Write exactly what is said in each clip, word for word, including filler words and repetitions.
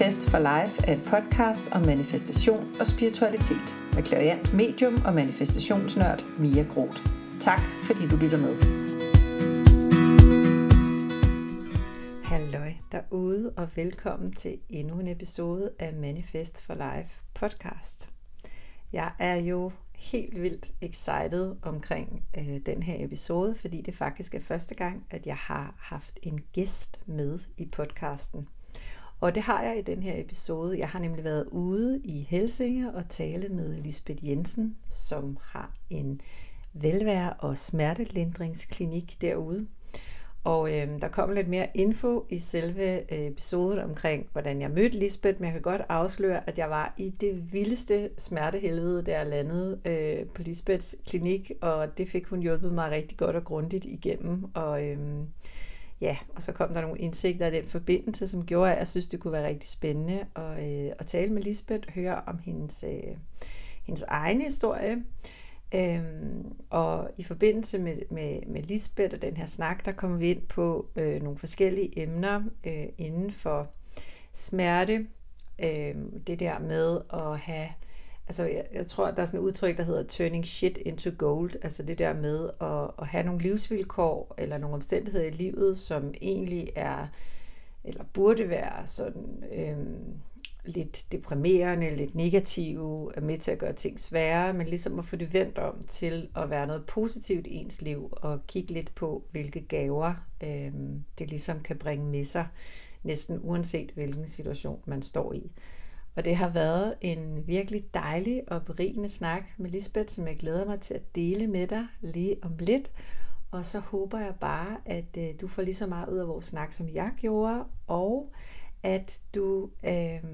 Manifest for Life er et podcast om manifestation og spiritualitet med clairvoyant medium og manifestationsnørd Mia Groth. Tak fordi du lytter med. Halløj derude og velkommen til endnu en episode af Manifest for Life podcast. Jeg er jo helt vildt excited omkring øh, den her episode, fordi det faktisk er første gang, at jeg har haft en gæst med i podcasten. Og det har jeg i den her episode. Jeg har nemlig været ude i Helsinge og tale med Lisbeth Jensen, som har en velvære- og smertelindringsklinik derude. Og øh, der kom lidt mere info i selve øh, episoden omkring, hvordan jeg mødte Lisbeth, men jeg kan godt afsløre, at jeg var i det vildeste smertehelvede, der jeg landede øh, på Lisbeths klinik, og det fik hun hjulpet mig rigtig godt og grundigt igennem. Og øh, ja, og så kom der nogle indsigter af den forbindelse, som gjorde, at jeg synes, det kunne være rigtig spændende at, øh, at tale med Lisbeth, høre om hendes, øh, hendes egen historie. Øhm, og i forbindelse med, med, med Lisbeth og den her snak, der kommer vi ind på øh, nogle forskellige emner øh, inden for smerte. Øh, det der med at have, altså jeg, jeg tror, der er sådan et udtryk, der hedder turning shit into gold, altså det der med at, at have nogle livsvilkår eller nogle omstændigheder i livet, som egentlig er, eller burde være sådan Øh, lidt deprimerende, lidt negative, er med til at gøre ting svære, men ligesom at få det vendt om til at være noget positivt i ens liv, og kigge lidt på, hvilke gaver øh, det ligesom kan bringe med sig, næsten uanset hvilken situation man står i. Og det har været en virkelig dejlig og berigende snak med Lisbeth, som jeg glæder mig til at dele med dig lige om lidt. Og så håber jeg bare, at øh, du får lige så meget ud af vores snak, som jeg gjorde, og at du, øh,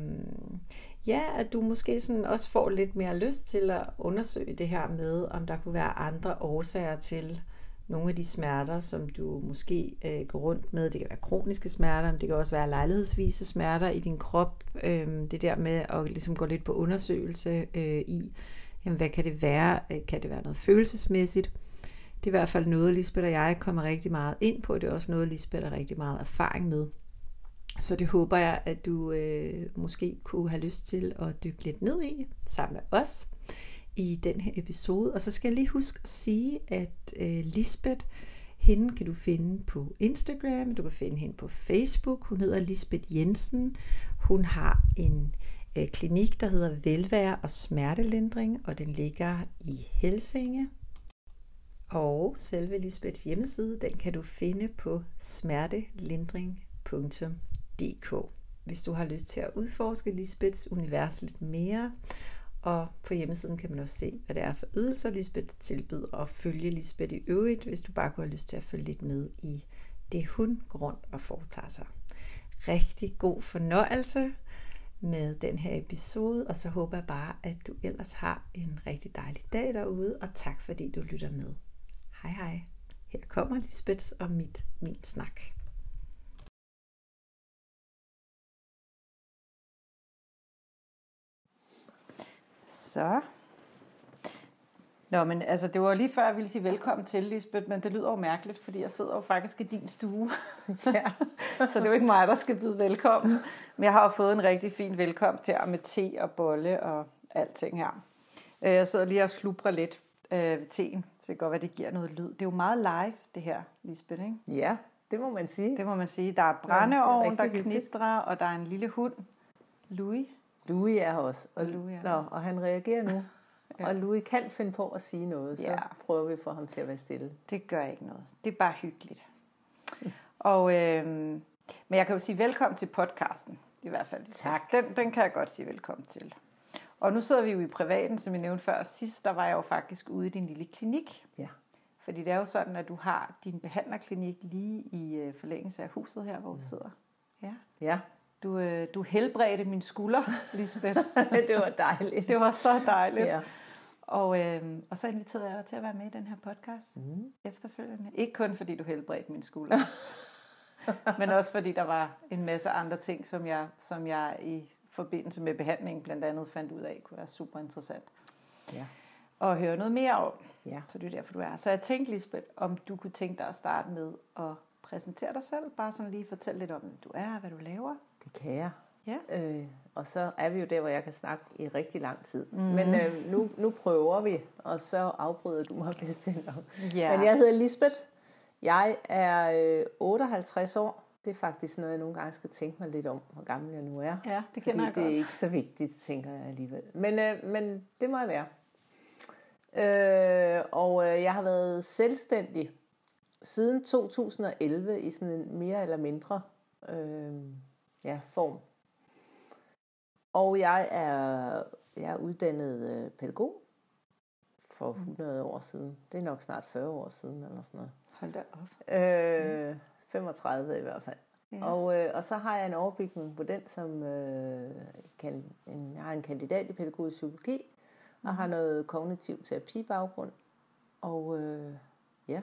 ja, at du måske sådan også får lidt mere lyst til at undersøge det her med, om der kunne være andre årsager til nogle af de smerter, som du måske øh, går rundt med. Det kan være kroniske smerter, men det kan også være lejlighedsvise smerter i din krop. Øh, det der med at ligesom gå lidt på undersøgelse øh, i, jamen, hvad kan det være? Kan det være noget følelsesmæssigt? Det er i hvert fald noget, Lisbeth og jeg kommer rigtig meget ind på. Det er også noget, Lisbeth har rigtig meget erfaring med. Så det håber jeg, at du øh, måske kunne have lyst til at dykke lidt ned i, sammen med os, i den her episode. Og så skal jeg lige huske at sige, at øh, Lisbeth, hende kan du finde på Instagram, du kan finde hende på Facebook. Hun hedder Lisbeth Jensen. Hun har en øh, klinik, der hedder Velvære og Smertelindring, og den ligger i Helsinge. Og selve Lisbeths hjemmeside, den kan du finde på smertelindring punktum d k, hvis du har lyst til at udforske Lisbeths univers lidt mere. Og på hjemmesiden kan man også se, hvad det er for ydelser, Lisbeth tilbyder, og følge Lisbeth i øvrigt, hvis du bare kunne have lyst til at følge lidt med i det, hun går rundt og foretager sig. Rigtig god fornøjelse med den her episode, og så håber jeg bare, at du ellers har en rigtig dejlig dag derude, og tak fordi du lytter med. Hej hej. Her kommer Lisbeth og mit, min snak. Så. Nå, men altså, det var lige før, jeg ville sige velkommen til, Lisbeth, men det lyder jo mærkeligt, fordi jeg sidder jo faktisk i din stue. Ja. Så det er jo ikke mig, der skal byde velkommen. Men jeg har jo fået en rigtig fin velkomst her med te og bolle og alting her. Jeg sidder lige og slubrer lidt ved teen, så det kan godt være, det giver noget lyd. Det er jo meget live, det her, Lisbeth, ikke? Ja, det må man sige. Det må man sige. Der er brændeovn, ja, der knitrer, og der er en lille hund, Louis. Louis er her også, og, Louis er nå, og han reagerer nu. Ja. Og Louis kan finde på at sige noget, så ja. Prøver vi at få ham til at være stille. Det gør ikke noget. Det er bare hyggeligt. Og, øh, men jeg kan jo sige velkommen til podcasten, i hvert fald. Tak. Den, den kan jeg godt sige velkommen til. Og nu sidder vi jo i privaten, som jeg nævnte før. Sidst, der var jeg jo faktisk ude i din lille klinik. Ja. Fordi det er jo sådan, at du har din behandlerklinik lige i forlængelse af huset her, hvor vi sidder. Ja. Ja. Du, øh, du helbredte min skulder, Lisbeth. Det var dejligt. Det var så dejligt. Ja. Og, øh, og så inviterede jeg dig til at være med i den her podcast mm. efterfølgende. Ikke kun fordi du helbredte min skulder, men også fordi der var en masse andre ting, som jeg, som jeg i forbindelse med behandlingen blandt andet fandt ud af, kunne være super interessant. Ja. Og høre noget mere om. Ja. Så det er derfor, du er. Så jeg tænkte, Lisbeth, om du kunne tænke dig at starte med at præsentere dig selv. Bare sådan lige fortælle lidt om, hvem du er, hvad du laver. Det kan jeg. Ja. Øh, og så er vi jo der, hvor jeg kan snakke i rigtig lang tid. Mm. Men øh, nu, nu prøver vi, og så afbryder du mig bestemt om. Ja. Men jeg hedder Lisbeth. Jeg er øh, otteoghalvtreds år. Det er faktisk noget, jeg nogle gange skal tænke mig lidt om, hvor gammel jeg nu er. Ja, det kender jeg det godt. er ikke så vigtigt, tænker jeg alligevel. Men, øh, men det må jeg være. Øh, og øh, jeg har været selvstændig siden to tusind og elleve i sådan en mere eller mindre øh, ja, form. Og jeg er, jeg er uddannet øh, pædagog for hundrede år siden. Det er nok snart fyrre år siden eller sådan noget. Hold da op. Øh, femogtredive i hvert fald. Ja. Og, øh, og så har jeg en overbygning på den, som øh, kan, en, jeg har en kandidat i pædagogisk psykologi, og har noget kognitiv terapi baggrund. Og øh, ja.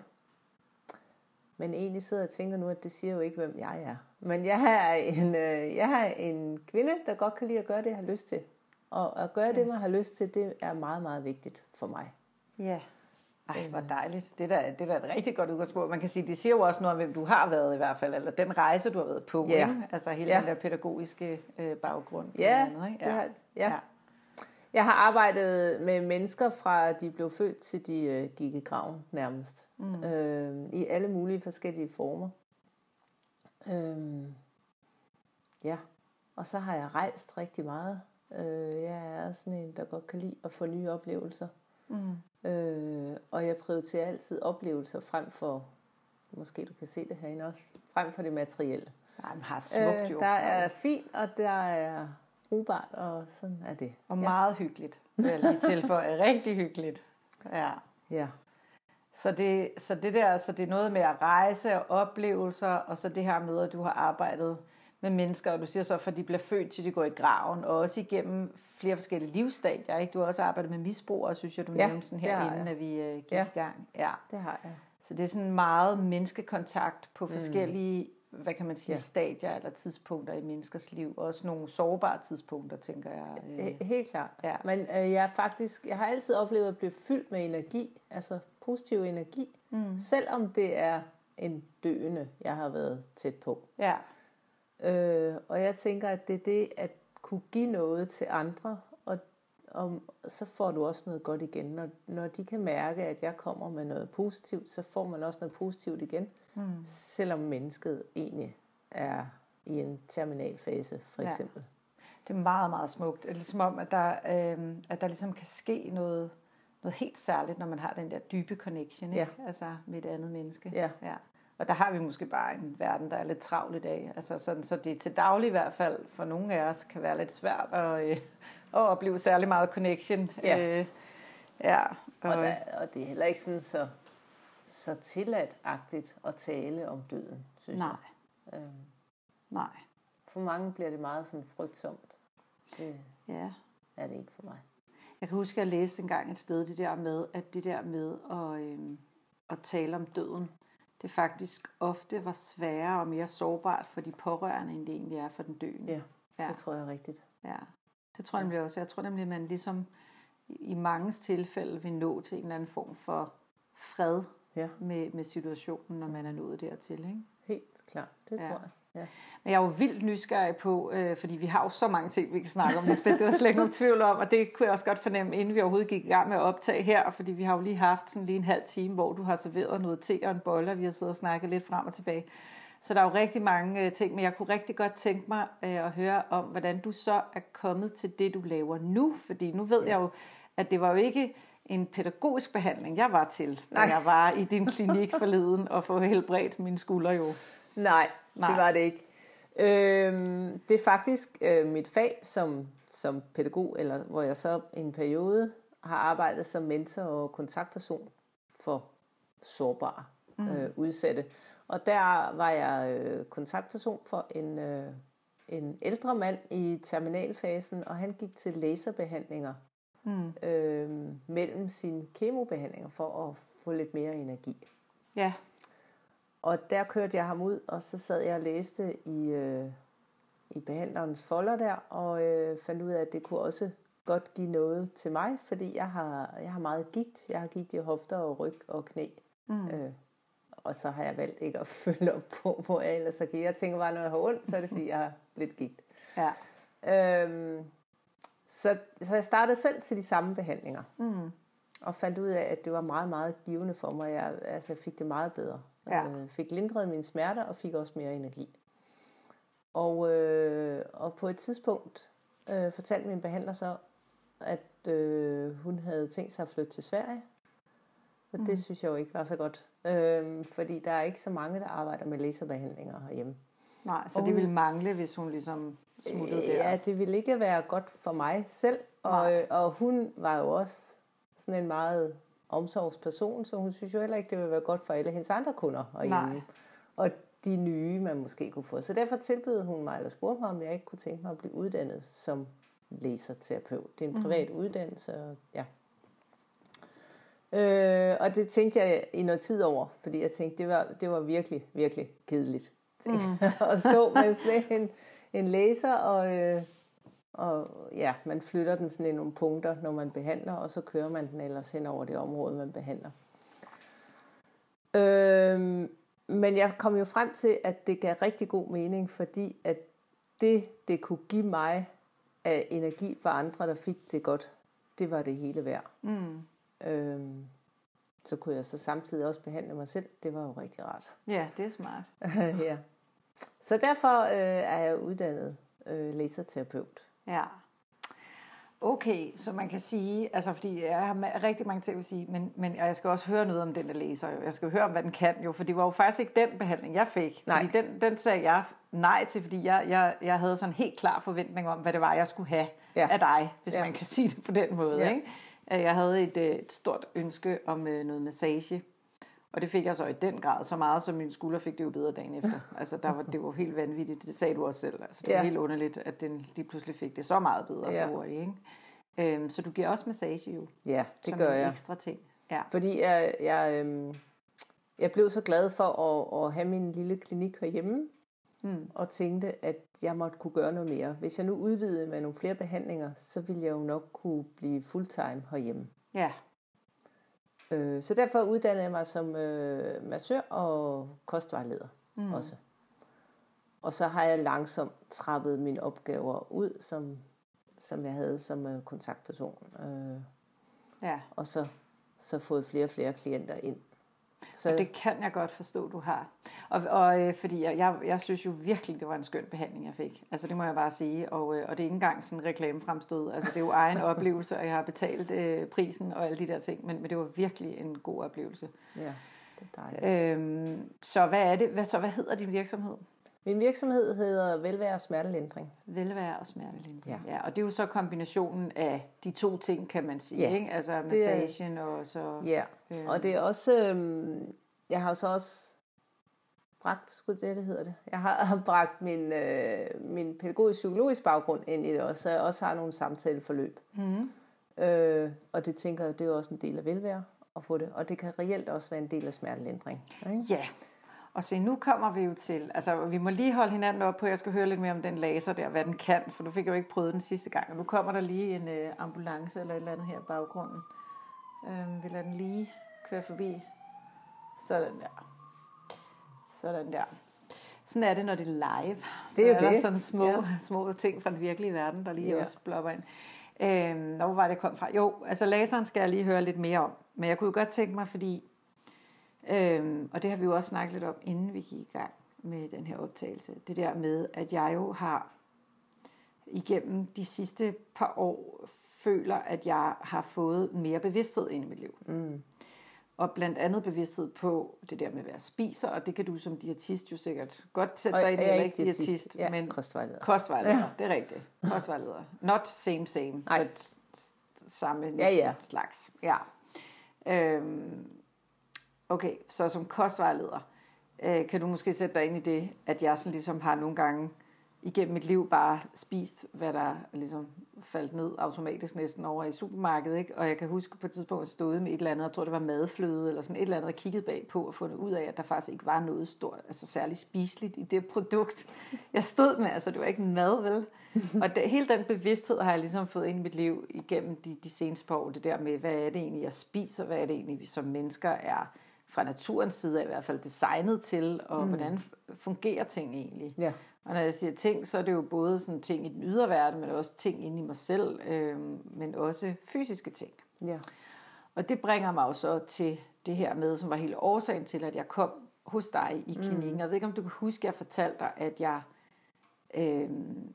Men egentlig sidder jeg og tænker nu, at det siger jo ikke, hvem jeg er. Men jeg er en, øh, jeg er en kvinde, der godt kan lide at gøre det, jeg har lyst til. Og at gøre det, man har lyst til, det er meget, meget vigtigt for mig. Ja. Ej, hvor dejligt. Det er da, det er da et rigtig godt udgangspunkt. Man kan sige, det siger jo også noget om, hvem du har været i hvert fald, eller den rejse, du har været på. Ja. Ikke? Altså hele Ja. den der pædagogiske øh, baggrund. Ja, andet, ikke? det har, ja. Ja. Jeg har arbejdet med mennesker fra de blev født til de øh, gik i graven nærmest. Mm. Øh, I alle mulige forskellige former. Øh, ja. Og så har jeg rejst rigtig meget. Øh, jeg er sådan en, der godt kan lide at få nye oplevelser. Mm. Øh, og jeg prioriterer altid oplevelser frem for, måske du kan se det herinde også, frem for det materielle. Ej, men har smukt Øh, jo. der er fint, og der er brugbart, og sådan er det. Og meget hyggeligt, vil jeg lige tilføje. Rigtig hyggeligt. Ja. Ja. Så det, så det der, så det er noget med at rejse og oplevelser, og så det her med, at du har arbejdet med mennesker, og du siger så, for de bliver født til de går i graven, og også igennem flere forskellige livsstadier, ikke? Du har også arbejdet med misbrugere, synes jeg, du Ja, nævnte sådan det her, har inden jeg. at vi uh, gik Ja. i gang. Ja. Det har jeg. Så det er sådan meget menneskekontakt på forskellige, mm. hvad kan man sige, Ja. stadier eller tidspunkter i menneskers liv. Også nogle sårbare tidspunkter, tænker jeg. He- Helt klart. Ja. Men øh, jeg er faktisk, jeg har altid oplevet at blive fyldt med energi, altså positiv energi, mm. selvom det er en døende, jeg har været tæt på. Ja. Øh, og jeg tænker, at det er det at kunne give noget til andre, og, og så får du også noget godt igen. Når, når de kan mærke, at jeg kommer med noget positivt, så får man også noget positivt igen, mm. selvom mennesket egentlig er i en terminal fase, for Ja. eksempel. Det er meget, meget smukt. Det er ligesom om, at der, øh, at der ligesom kan ske noget, noget helt særligt, når man har den der dybe connection, ikke? Ja. Altså med et andet menneske. Ja. Ja. Og der har vi måske bare en verden, der er lidt travl i dag. Altså sådan, så det til daglig i hvert fald for nogle af os kan være lidt svært at, øh, at opleve særlig meget connection. Ja. Øh, ja. Og, der, og det er heller ikke sådan så, så tilladt-agtigt at tale om døden, synes Nej. jeg. Øhm, Nej. for mange bliver det meget sådan frygtsomt. Det Ja. er det ikke for mig. Jeg kan huske, at jeg læste engang et sted det der med, at det der med at, øhm, at tale om døden, det faktisk ofte var sværere og mere sårbart for de pårørende, end det egentlig er for den døende. Ja, Ja. det tror jeg er rigtigt. Ja, det tror jeg nemlig også. Jeg tror nemlig, at man ligesom i mange tilfælde vil nå til en eller anden form for fred Ja, med, med situationen, når man er nået dertil, ikke? helt klart. Det Ja. tror jeg. Ja. Men jeg er jo vildt nysgerrig på, øh, fordi vi har jo så mange ting, vi kan snakke om. Det er slet ikke nogen tvivl om, og det kunne jeg også godt fornemme, inden vi overhovedet gik i gang med at optage her, fordi vi har jo lige haft sådan lige en halv time, hvor du har serveret noget te og en bolle, og vi har siddet og snakket lidt frem og tilbage. Så der er jo rigtig mange øh, ting, men jeg kunne rigtig godt tænke mig øh, at høre om, hvordan du så er kommet til det, du laver nu, fordi nu ved ja. jeg jo, at det var jo ikke en pædagogisk behandling, jeg var til, da Nej. jeg var i din klinik forleden og få helbredt mine skuldre jo. Nej, Nej, det var det ikke. Øhm, det er faktisk øh, mit fag som, som pædagog, eller hvor jeg så i en periode har arbejdet som mentor og kontaktperson for sårbare mm. øh, udsatte. Og der var jeg øh, kontaktperson for en, øh, en ældre mand i terminalfasen, og han gik til laserbehandlinger mm. øh, mellem sine kemobehandlinger for at få lidt mere energi. Ja. Og der kørte jeg ham ud, og så sad jeg og læste i, øh, i behandlerens folder der, og øh, fandt ud af, at det kunne også godt give noget til mig, fordi jeg har, jeg har meget gigt. Jeg har gigt i hofter og ryg og knæ. Mm. Øh, og så har jeg valgt ikke at følge op på, hvor jeg ellers kan. Jeg tænker bare, når jeg har ondt, så er det fordi, jeg har lidt gigt. Ja. Øhm, så, så jeg startede selv til de samme behandlinger. Mm. Og fandt ud af, at det var meget, meget givende for mig. Jeg altså, fik det meget bedre. Ja. Øh, fik lindret mine smerter og fik også mere energi. Og, øh, og på et tidspunkt øh, fortalte min behandler så, at øh, hun havde tænkt sig at flytte til Sverige. Og mm. det synes jeg jo ikke var så godt. Øh, fordi der er ikke så mange, der arbejder med laserbehandlinger herhjemme. Nej, så og det hun, ville mangle, hvis hun ligesom smuttede øh, der. Ja, det ville ikke være godt for mig selv. Og, øh, og hun var jo også sådan en meget omsorgsperson, så hun synes jo heller ikke, det ville være godt for alle hendes andre kunder herhjemme. Nej. Og de nye, man måske kunne få. Så derfor tilbød hun mig, eller spurgte mig, om jeg ikke kunne tænke mig at blive uddannet som laserterapeut. Det er en privat mm. uddannelse, og ja. Øh, og det tænkte jeg i noget tid over, fordi jeg tænkte, det var, det var virkelig, virkelig kedeligt mm. at stå med sådan en, en laser, og, øh, og ja, man flytter den sådan i nogle punkter, når man behandler, og så kører man den ellers hen over det område, man behandler. Øh, men jeg kom jo frem til, at det gav rigtig god mening, fordi at det, det kunne give mig af energi for andre, der fik det godt, det var det hele værd. Mm. Øhm, så kunne jeg så samtidig også behandle mig selv. Det var jo rigtig rart. Ja, det er smart. Ja. Så derfor øh, er jeg uddannet øh, laserterapeut. Ja. Okay, så man kan sige, altså fordi jeg har rigtig mange ting at sige, men, men jeg skal også høre noget om den der laser. Jeg skal høre om, hvad den kan jo, for det var jo faktisk ikke den behandling, jeg fik. Nej. Fordi den, den sagde jeg nej til, fordi jeg, jeg, jeg havde sådan en helt klar forventning om, hvad det var, jeg skulle have ja. af dig, hvis ja. man kan sige det på den måde. Ja. Ikke? Jeg havde et, et stort ønske om noget massage, og det fik jeg så i den grad, så meget som min skulder fik det jo bedre dagen efter. Altså der var, det var helt vanvittigt, det sagde du også selv. Altså, det var ja. helt underligt, at den lige pludselig fik det så meget bedre ja. så hurtigt. Ikke? Øhm, så du giver også massage jo. Ja, det som gør en jeg. Ekstra ting. Ja. Fordi jeg, jeg, øhm, jeg blev så glad for at, at have min lille klinik herhjemme, mm. og tænkte, at jeg måtte kunne gøre noget mere. Hvis jeg nu udvidede med nogle flere behandlinger, så ville jeg jo nok kunne blive fulltime herhjemme. Ja. Øh, så derfor uddannede jeg mig som øh, massør og kostvejleder mm. også. Og så har jeg langsomt trappet mine opgaver ud, som, som jeg havde som øh, kontaktperson. Øh, ja. Og så, så fået flere og flere klienter ind. Så og det kan jeg godt forstå, du har. Og, og øh, fordi jeg, jeg, jeg synes jo virkelig, det var en skøn behandling, jeg fik. Altså det må jeg bare sige. Og, øh, og det er ikke engang sådan en reklamefremstød. Altså det er jo egen oplevelse, og jeg har betalt øh, prisen og alle de der ting. Men, men det var virkelig en god oplevelse. Ja, det er dejligt. Øhm, så hvad er det? Hvad, så hvad hedder din virksomhed? Min virksomhed hedder Velvære og Smertelindring. Velvære og Smertelindring, ja. ja. Og det er jo så kombinationen af de to ting, kan man sige, ja. ikke? Altså massagen og så... Ja, øh... og det er også... Øh, jeg har så også bragt, sgu det, det hedder det. Jeg har bragt min, øh, min pædagogisk-psykologisk baggrund ind i det også, så jeg også har nogle samtaleforløb. Mm. Øh, og det tænker jeg, det er jo også en del af velvære at få det. Og det kan reelt også være en del af smertelindring. Ikke? Ja. Og se, nu kommer vi jo til, altså vi må lige holde hinanden op på, jeg skal høre lidt mere om den laser der, hvad den kan, for du fik jo ikke prøvet den sidste gang, og nu kommer der lige en øh, ambulance eller et eller andet her i baggrunden. Øh, vi lader den lige køre forbi. Sådan der. Sådan der. Sådan er det, når det er live. Det er jo så er det. Der sådan små, ja. små ting fra den virkelige verden, der lige ja. også blopper ind. Øh, når var det kom fra? Jo, altså laseren skal jeg lige høre lidt mere om, men jeg kunne godt tænke mig, fordi Øhm, og det har vi jo også snakket lidt om, inden vi gik i gang med den her optagelse. Det der med, at jeg jo har igennem de sidste par år føler, at jeg har fået mere bevidsthed ind i mit liv. Mm. Og blandt andet bevidsthed på det der med, hvad jeg spiser, og det kan du som diætist jo sikkert godt sætte dig ind i, eller ikke diætist, diætist ja, men kostvejleder. Kostvejleder, ja. Det er rigtigt. Kostvejleder. Not same same, Nej. but samme ja, ja. slags. Ja. Øhm, Okay, så som kostvejleder, øh, kan du måske sætte dig ind i det, at jeg sådan ligesom har nogle gange igennem mit liv bare spist, hvad der ligesom faldt ned automatisk næsten over i supermarkedet, ikke? Og jeg kan huske på et tidspunkt, at jeg stod med et eller andet, jeg tror det var madfløde, eller sådan et eller andet, og kiggede bagpå og fundet ud af, at der faktisk ikke var noget stort, altså særligt spiseligt i det produkt, jeg stod med. Altså det var ikke mad, vel? Og det, hele den bevidsthed har jeg ligesom fået ind i mit liv igennem de, de seneste par år, det der med, hvad er det egentlig, jeg spiser, hvad er det egentlig, vi som mennesker er fra naturens side i hvert fald designet til, og mm. hvordan fungerer ting egentlig. Ja. Og når jeg siger ting, så er det jo både sådan ting i den ydre verden, men også ting inde i mig selv, øh, men også fysiske ting. Ja. Og det bringer mig jo så til det her med, som var hele årsagen til, at jeg kom hos dig i klinikken. Mm. Jeg ved ikke, om du kan huske, at jeg fortalte dig, at jeg, øh,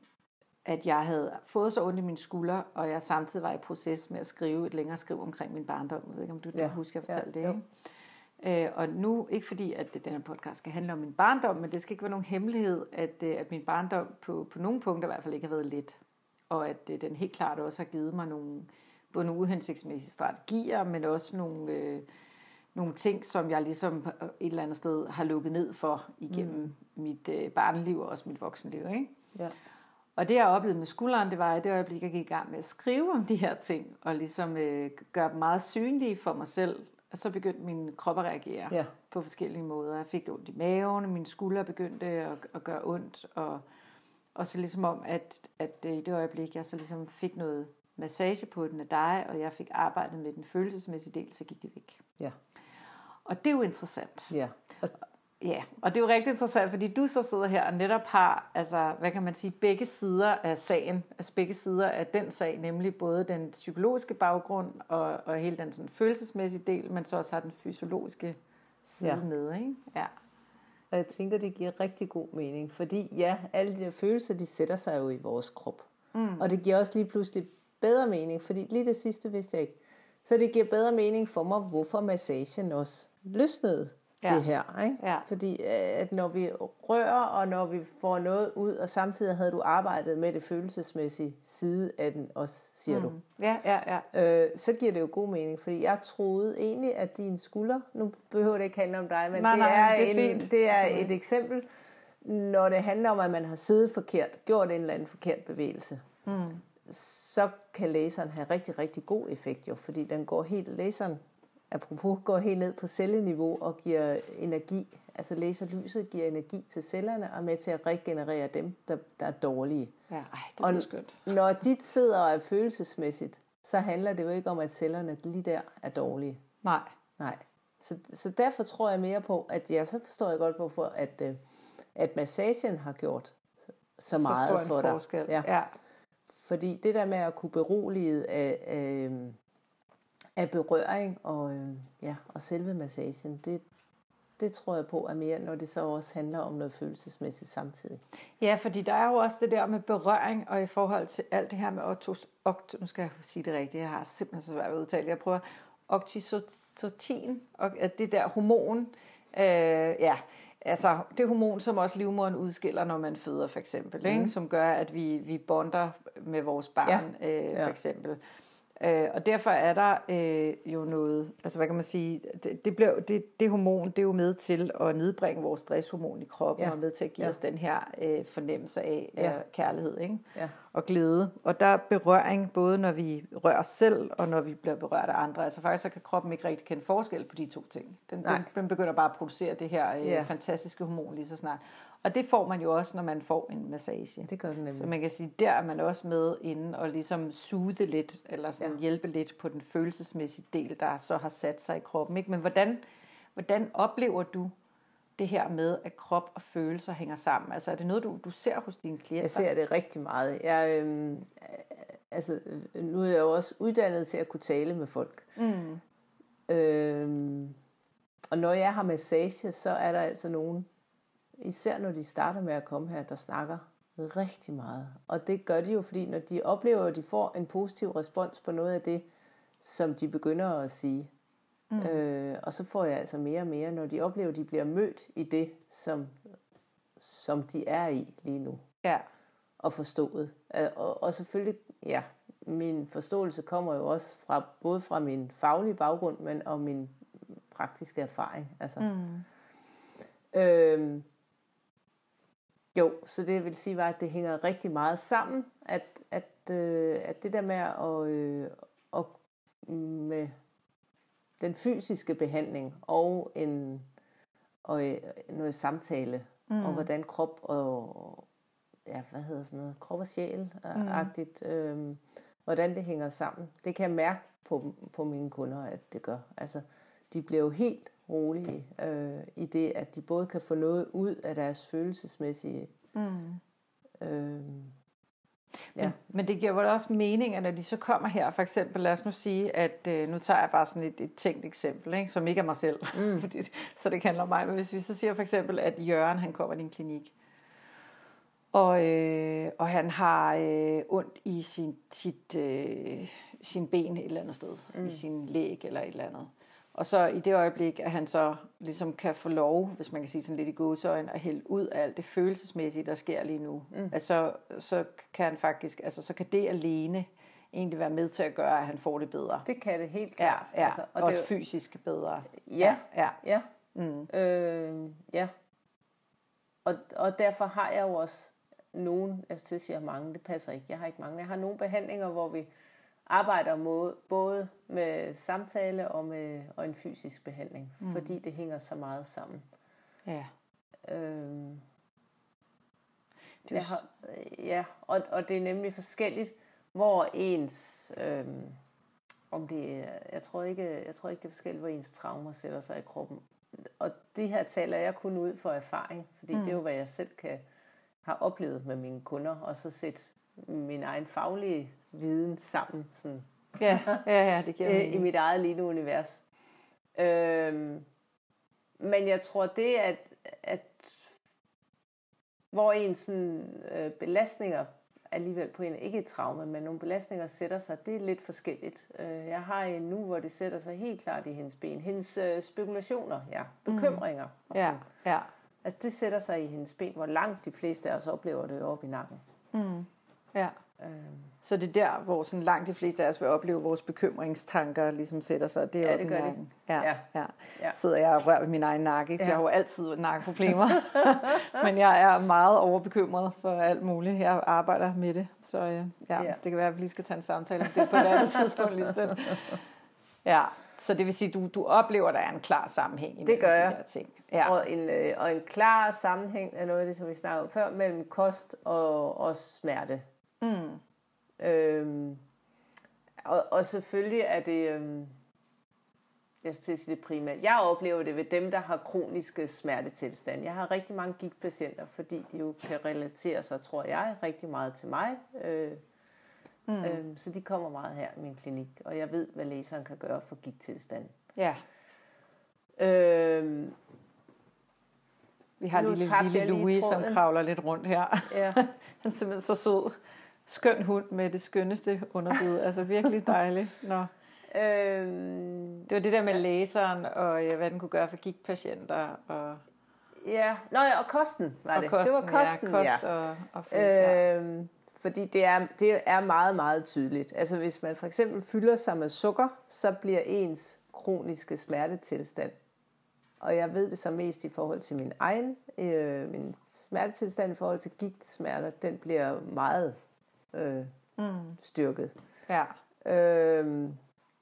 at jeg havde fået så ondt i mine skuldre, og jeg samtidig var i proces med at skrive et længere skriv omkring min barndom. Jeg ved ikke, om du ja. kan huske, at jeg fortalte ja. det. Ikke? Øh, og nu, ikke fordi, at denne podcast skal handle om min barndom, men det skal ikke være nogen hemmelighed, at, at min barndom på, på nogle punkter i hvert fald ikke har været let. Og at øh, den helt klart også har givet mig nogle, både nogle uhensigtsmæssige strategier, men også nogle, øh, nogle ting, som jeg ligesom et eller andet sted har lukket ned for igennem mm. mit øh, barneliv og også mit voksenliv. Ikke? Ja. Og det jeg oplevede med skulderen, det var, at det øjeblik, jeg gik i gang med at skrive om de her ting, og ligesom øh, gøre dem meget synlige for mig selv. Og så begyndte min krop at reagere ja. på forskellige måder. Jeg fik ondt i maven, og mine skuldre begyndte at, at gøre ondt. Og, og så ligesom om, at, at i det øjeblik, jeg så ligesom fik noget massage på den af dig, og jeg fik arbejdet med den følelsesmæssige del, så gik det væk. Ja. Og det er jo interessant. Ja. Og Ja, og det er jo rigtig interessant, fordi du så sidder her og netop har, altså, hvad kan man sige, begge sider af sagen, altså begge sider af den sag, nemlig både den psykologiske baggrund og, og hele den sådan, følelsesmæssige del, men så også har den fysiologiske side ja. med, ikke? Ja. Og jeg tænker, det giver rigtig god mening, fordi ja, alle de der følelser, de sætter sig jo i vores krop. Mm. Og det giver også lige pludselig bedre mening, fordi lige det sidste vidste jeg ikke. Så det giver bedre mening for mig, hvorfor massagen også løsnede. Ja. Det her, ikke? Ja. Fordi at når vi rører, og når vi får noget ud, og samtidig havde du arbejdet med det følelsesmæssige side af den også, siger mm. du. Ja, ja, ja. Øh, så giver det jo god mening, fordi jeg troede egentlig, at dine skulder, nu behøver det ikke handle om dig, men nej, det, nej, er det, er en, det er et eksempel, når det handler om, at man har siddet forkert, gjort en eller anden forkert bevægelse. Mm. Så kan laseren have rigtig, rigtig god effekt jo, fordi den går helt, laseren apropos går helt ned på celleniveau og giver energi, altså laserlyset giver energi til cellerne og er med til at regenerere dem, der, der er dårlige. Ja, ej, det er og skønt. Når de sidder og er følelsesmæssigt, så handler det jo ikke om, at cellerne lige der er dårlige. Nej. Nej. Så, så derfor tror jeg mere på, at ja, så forstår jeg godt, hvorfor at, at massagen har gjort så meget så for dig. Forskel. Ja. Ja. Fordi det der med at kunne berolige af, af af berøring og, øh, ja, og selve massagen, det, det tror jeg på er mere, når det så også handler om noget følelsesmæssigt samtidig. Ja, fordi der er jo også det der med berøring, og i forhold til alt det her med otos, okt, nu skal jeg sige det rigtigt, jeg har simpelthen så svært ved at udtale, jeg prøver oxytocin, og det der hormon, øh, ja, altså det hormon, som også livmoderen udskiller, når man føder for eksempel, mm. ikke? Som gør, at vi, vi bonder med vores barn, ja. øh, for ja. eksempel. Øh, og derfor er der øh, jo noget, altså hvad kan man sige, det, det, blev, det, det hormon, det er jo med til at nedbringe vores stresshormon i kroppen, ja. og med til at give ja. os den her øh, fornemmelse af ja. øh, kærlighed, ikke? Ja. Og glæde. Og der er berøring, både når vi rører os selv, og når vi bliver berørt af andre. Altså faktisk så kan kroppen ikke rigtig kende forskel på de to ting. Den, den, den begynder bare at producere det her øh, ja. fantastiske hormon lige så snart. Og det får man jo også, når man får en massage. Det gør det nemlig. Så man kan sige, der er man også med inde og ligesom soothe lidt, eller sådan ja. hjælpe lidt på den følelsesmæssige del, der så har sat sig i kroppen. Ikke? Men hvordan, hvordan oplever du det her med, at krop og følelser hænger sammen? Altså er det noget, du, du ser hos dine klienter? Jeg ser det rigtig meget. Jeg, øhm, altså, nu er jeg jo også uddannet til at kunne tale med folk. Mm. Øhm, og når jeg har massage, så er der altså nogen, især når de starter med at komme her, der snakker rigtig meget. Og det gør de jo, fordi når de oplever, at de får en positiv respons på noget af det, som de begynder at sige. Mm. Øh, og så får jeg altså mere og mere, når de oplever, at de bliver mødt i det, som, som de er i lige nu. Ja. Og forstået. Og, og selvfølgelig, ja, min forståelse kommer jo også fra, både fra min faglige baggrund, men og min praktiske erfaring. Altså. Mm. Øh, Jo, så det vil sige, at det hænger rigtig meget sammen, at, at, øh, at det der med at, øh, at med den fysiske behandling og en og øh, noget samtale mm. og hvordan krop og ja, hvad hedder sådan noget, krop og sjæl agtigt, mm. øh, hvordan det hænger sammen. Det kan jeg mærke på på mine kunder, at det gør. Altså, de bliver jo helt rolige øh, i det, at de både kan få noget ud af deres følelsesmæssige Mm. Øhm, ja. ja. Men, men det giver vel også mening, at når de så kommer her, for eksempel, lad os nu sige, at øh, nu tager jeg bare sådan et, et tænkt eksempel, ikke, som ikke er mig selv, mm. fordi, så det handler om mig, men hvis vi så siger for eksempel, at Jørgen, han kommer i din klinik, og, øh, og han har øh, ondt i sin, sit, øh, sin ben et eller andet sted, mm. i sin læg eller et eller andet. Og så i det øjeblik, at han så ligesom kan få lov, hvis man kan sige sådan lidt i gåseøjne, at hælde ud af alt det følelsesmæssige, der sker lige nu. Mm. Altså, så kan han faktisk, altså så kan det alene egentlig være med til at gøre, at han får det bedre. Det kan det helt klart. Ja, ja. Altså, og også det, fysisk bedre. Ja, ja. ja. Mm. Øh, ja. Og, og derfor har jeg jo også nogen, altså til at sige mange, det passer ikke, jeg har ikke mange, jeg har nogle behandlinger, hvor vi arbejder mod, både med samtale og med og en fysisk behandling, mm. fordi det hænger så meget sammen. Ja. Øhm, jeg har, ja, og, og det er nemlig forskelligt, hvor ens, øhm, om det er, jeg tror ikke, jeg tror ikke det er forskelligt, hvor ens traumer sætter sig i kroppen. Og det her taler jeg kun ud for erfaring, fordi mm. det er jo hvad jeg selv kan har oplevet med mine kunder, og så sætte min egen faglige viden sammen sådan, ja, ja, ja, det giver i mit eget lille univers. Øhm, men jeg tror det, at, at hvor en sådan, øh, belastninger alligevel på en, ikke et traume, men nogle belastninger sætter sig, det er lidt forskelligt. Øh, jeg har en nu, hvor det sætter sig helt klart i hendes ben. Hendes øh, spekulationer, ja, bekymringer. Mm. Ja, ja. Altså det sætter sig i hendes ben, hvor langt de fleste af os oplever det oppe i nakken. Mm. Ja. Øhm. Så det er der, hvor sådan langt de fleste af os vil opleve vores bekymringstanker ligesom sætter sig. Det er ja, oppe det gør i nakken. det. Ja, ja. ja. ja. Sidder jeg og rører ved min egen nakke, for ja. jeg har jo altid nakkeproblemer. Men jeg er meget overbekymret for alt muligt. Jeg arbejder med det, så ja, ja. det kan være, at vi lige skal tage en samtale om det på et andet tidspunkt, Lisbeth. Ja. Så det vil sige, at du, du oplever, at der er en klar sammenhæng imellem det gør jeg. de her ting. Ja. Og, en, øh, og en klar sammenhæng er noget af det, som vi snakkede om før, mellem kost og, og smerte. Mm. Øhm, og, og selvfølgelig er det, øhm, jeg skal sige det primært, jeg oplever det ved dem, der har kroniske smertetilstande. Jeg har rigtig mange gigtpatienter, fordi de jo kan relatere sig, tror jeg, rigtig meget til mig. Øh, Mm. Øhm, så de kommer meget her i min klinik, og jeg ved, hvad læseren kan gøre for gigttilstand. Ja. Øhm, Vi har lille, lille Louis, som kravler lidt rundt her. Ja. Han er simpelthen så sød. Skøn hund med det skønneste underbid. Altså virkelig dejlig. Nå. Øhm, det var det der med læseren, og ja, hvad den kunne gøre for gigtpatienter. Og ja, Nå, ja, og kosten var og det. Kosten, det var kosten, ja. Kost ja. og, og fød, ja. øhm, Fordi det er, det er meget, meget tydeligt. Altså hvis man for eksempel fylder sig med sukker, så bliver ens kroniske smertetilstand. Og jeg ved det så mest i forhold til min egen øh, min smertetilstand i forhold til gigtsmerter. Den bliver meget øh, mm. styrket. Ja. Øhm,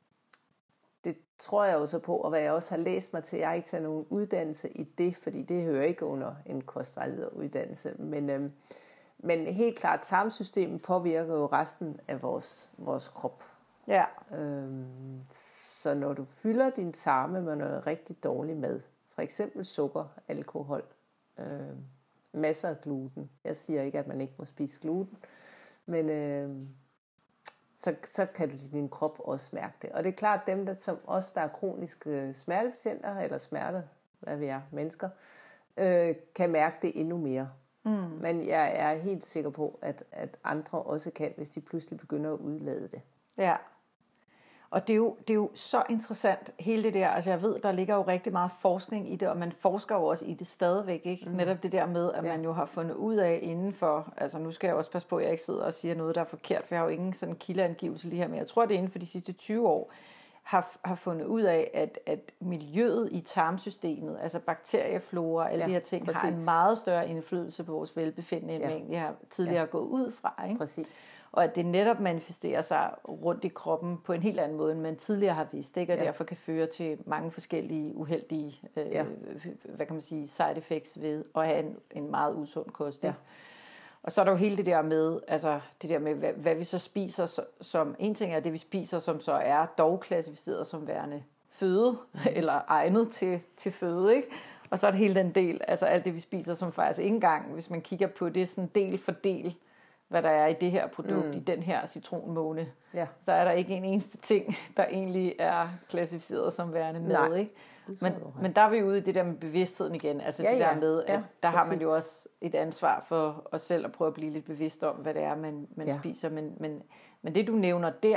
det tror jeg også på, og hvad jeg også har læst mig til. Jeg har ikke taget nogen uddannelse i det, fordi det hører ikke under en kostvejlederuddannelse. Men øh, Men helt klart, tarmsystemet påvirker jo resten af vores, vores krop. Ja. Øhm, så når du fylder din tarme med noget rigtig dårlig mad, for eksempel sukker, alkohol, øh, masser af gluten. Jeg siger ikke, at man ikke må spise gluten, men øh, så, så kan du din krop også mærke det. Og det er klart, dem der, som os, der er kroniske smertepatienter, eller smerter, hvad vi er, mennesker, øh, kan mærke det endnu mere. Mm. Men jeg er helt sikker på, at, at andre også kan, hvis de pludselig begynder at udlade det. Ja, og det er, jo, det er jo så interessant, hele det der, altså jeg ved, der ligger jo rigtig meget forskning i det, og man forsker jo også i det stadigvæk, ikke? Mm. Netop det der med, at ja. man jo har fundet ud af indenfor, altså nu skal jeg også passe på, at jeg ikke sidder og siger noget, der er forkert, for jeg har jo ingen sådan kildeangivelse lige her, men jeg tror, det er inden for de sidste tyve år, har, har fundet ud af, at, at miljøet i tarmsystemet, altså bakterieflora og alle ja, de her ting, præcis. har en meget større indflydelse på vores velbefindende, end ja. man jeg har tidligere ja. gået ud fra. Ikke? Præcis. Og at det netop manifesterer sig rundt i kroppen på en helt anden måde, end man tidligere har vist, ikke? Og ja. derfor kan føre til mange forskellige uheldige øh, ja. hvad kan man sige, side effects ved at have en, en meget usund kost. Ja. Og så er der jo hele det der med, altså det der med, hvad, hvad vi så spiser, som en ting er det, vi spiser, som så er dog klassificeret som værende føde, mm. eller egnet til, til føde, ikke? Og så er det hele den del, altså alt det vi spiser, som faktisk ikke engang, hvis man kigger på det sådan del for del, hvad der er i det her produkt, mm. i den her citronmåne, ja. så er der ikke en eneste ting, der egentlig er klassificeret som værende med. Nej, ikke? Men, men der er vi ude i det der med bevidstheden igen, altså ja, det der med, at ja, der har man jo også et ansvar for os selv at prøve at blive lidt bevidst om, hvad det er, man, man ja. spiser. Men, men, men det du nævner der,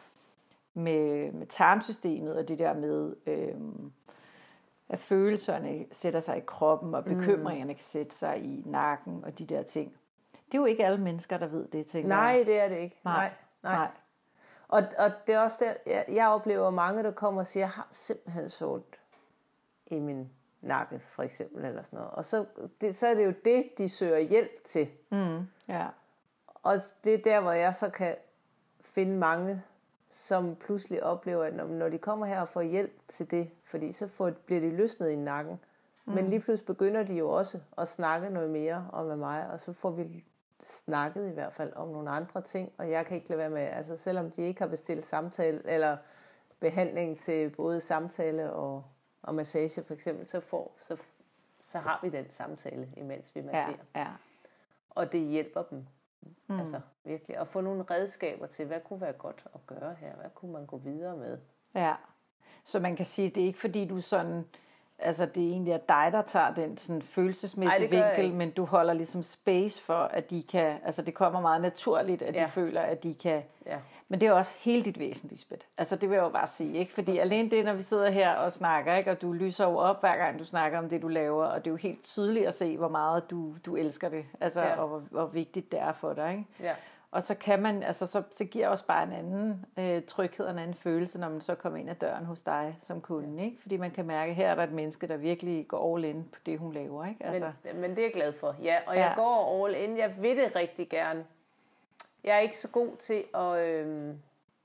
med, med tarmsystemet og det der med, øhm, at følelserne sætter sig i kroppen, og bekymringerne mm. kan sætte sig i nakken, og de der ting. Det er jo ikke alle mennesker, der ved det, tænker Nej, jeg. det er det ikke. Nej, nej. nej. nej. Og, og det er også der, jeg, jeg oplever mange, der kommer og siger, jeg har simpelthen så ondt i min nakke, for eksempel, eller sådan noget. Og så, det, så er det jo det, de søger hjælp til. Mm, ja. Og det er der, hvor jeg så kan finde mange, som pludselig oplever, at når, når de kommer her og får hjælp til det, fordi så får, bliver de løsnet i nakken. Mm. Men lige pludselig begynder de jo også at snakke noget mere om med mig, og så får vi snakket i hvert fald om nogle andre ting, og jeg kan ikke lade være med, altså selvom de ikke har bestilt samtale, eller behandling til både samtale og, og massage for eksempel, så, får, så, så har vi den samtale, imens vi masserer. Ja, ja. Og det hjælper dem, mm. altså virkelig, at få nogle redskaber til, hvad kunne være godt at gøre her, hvad kunne man gå videre med. Ja, så man kan sige, det er ikke fordi du sådan, altså det er egentlig dig, der tager den sådan følelsesmæssige vinkel, men du holder ligesom space for, at de kan, altså det kommer meget naturligt, at ja. de føler, at de kan, ja. men det er også hele dit væsen, Lisbeth. Altså det vil jeg jo bare sige, ikke? Fordi alene det, når vi sidder her og snakker, ikke? Og du lyser jo op, hver gang du snakker om det, du laver, og det er jo helt tydeligt at se, hvor meget du, du elsker det, altså ja. og hvor, hvor vigtigt det er for dig, ikke? Ja. Og så kan man, altså så, så giver også bare en anden øh, tryghed og en anden følelse, når man så kommer ind ad døren hos dig som kunde, ikke? Fordi man kan mærke, at her er der et menneske, der virkelig går all in på det, hun laver, ikke? Altså. Men, men det er jeg glad for, ja. Og jeg ja. går all in, jeg vil det rigtig gerne. Jeg er ikke så god til at, øh,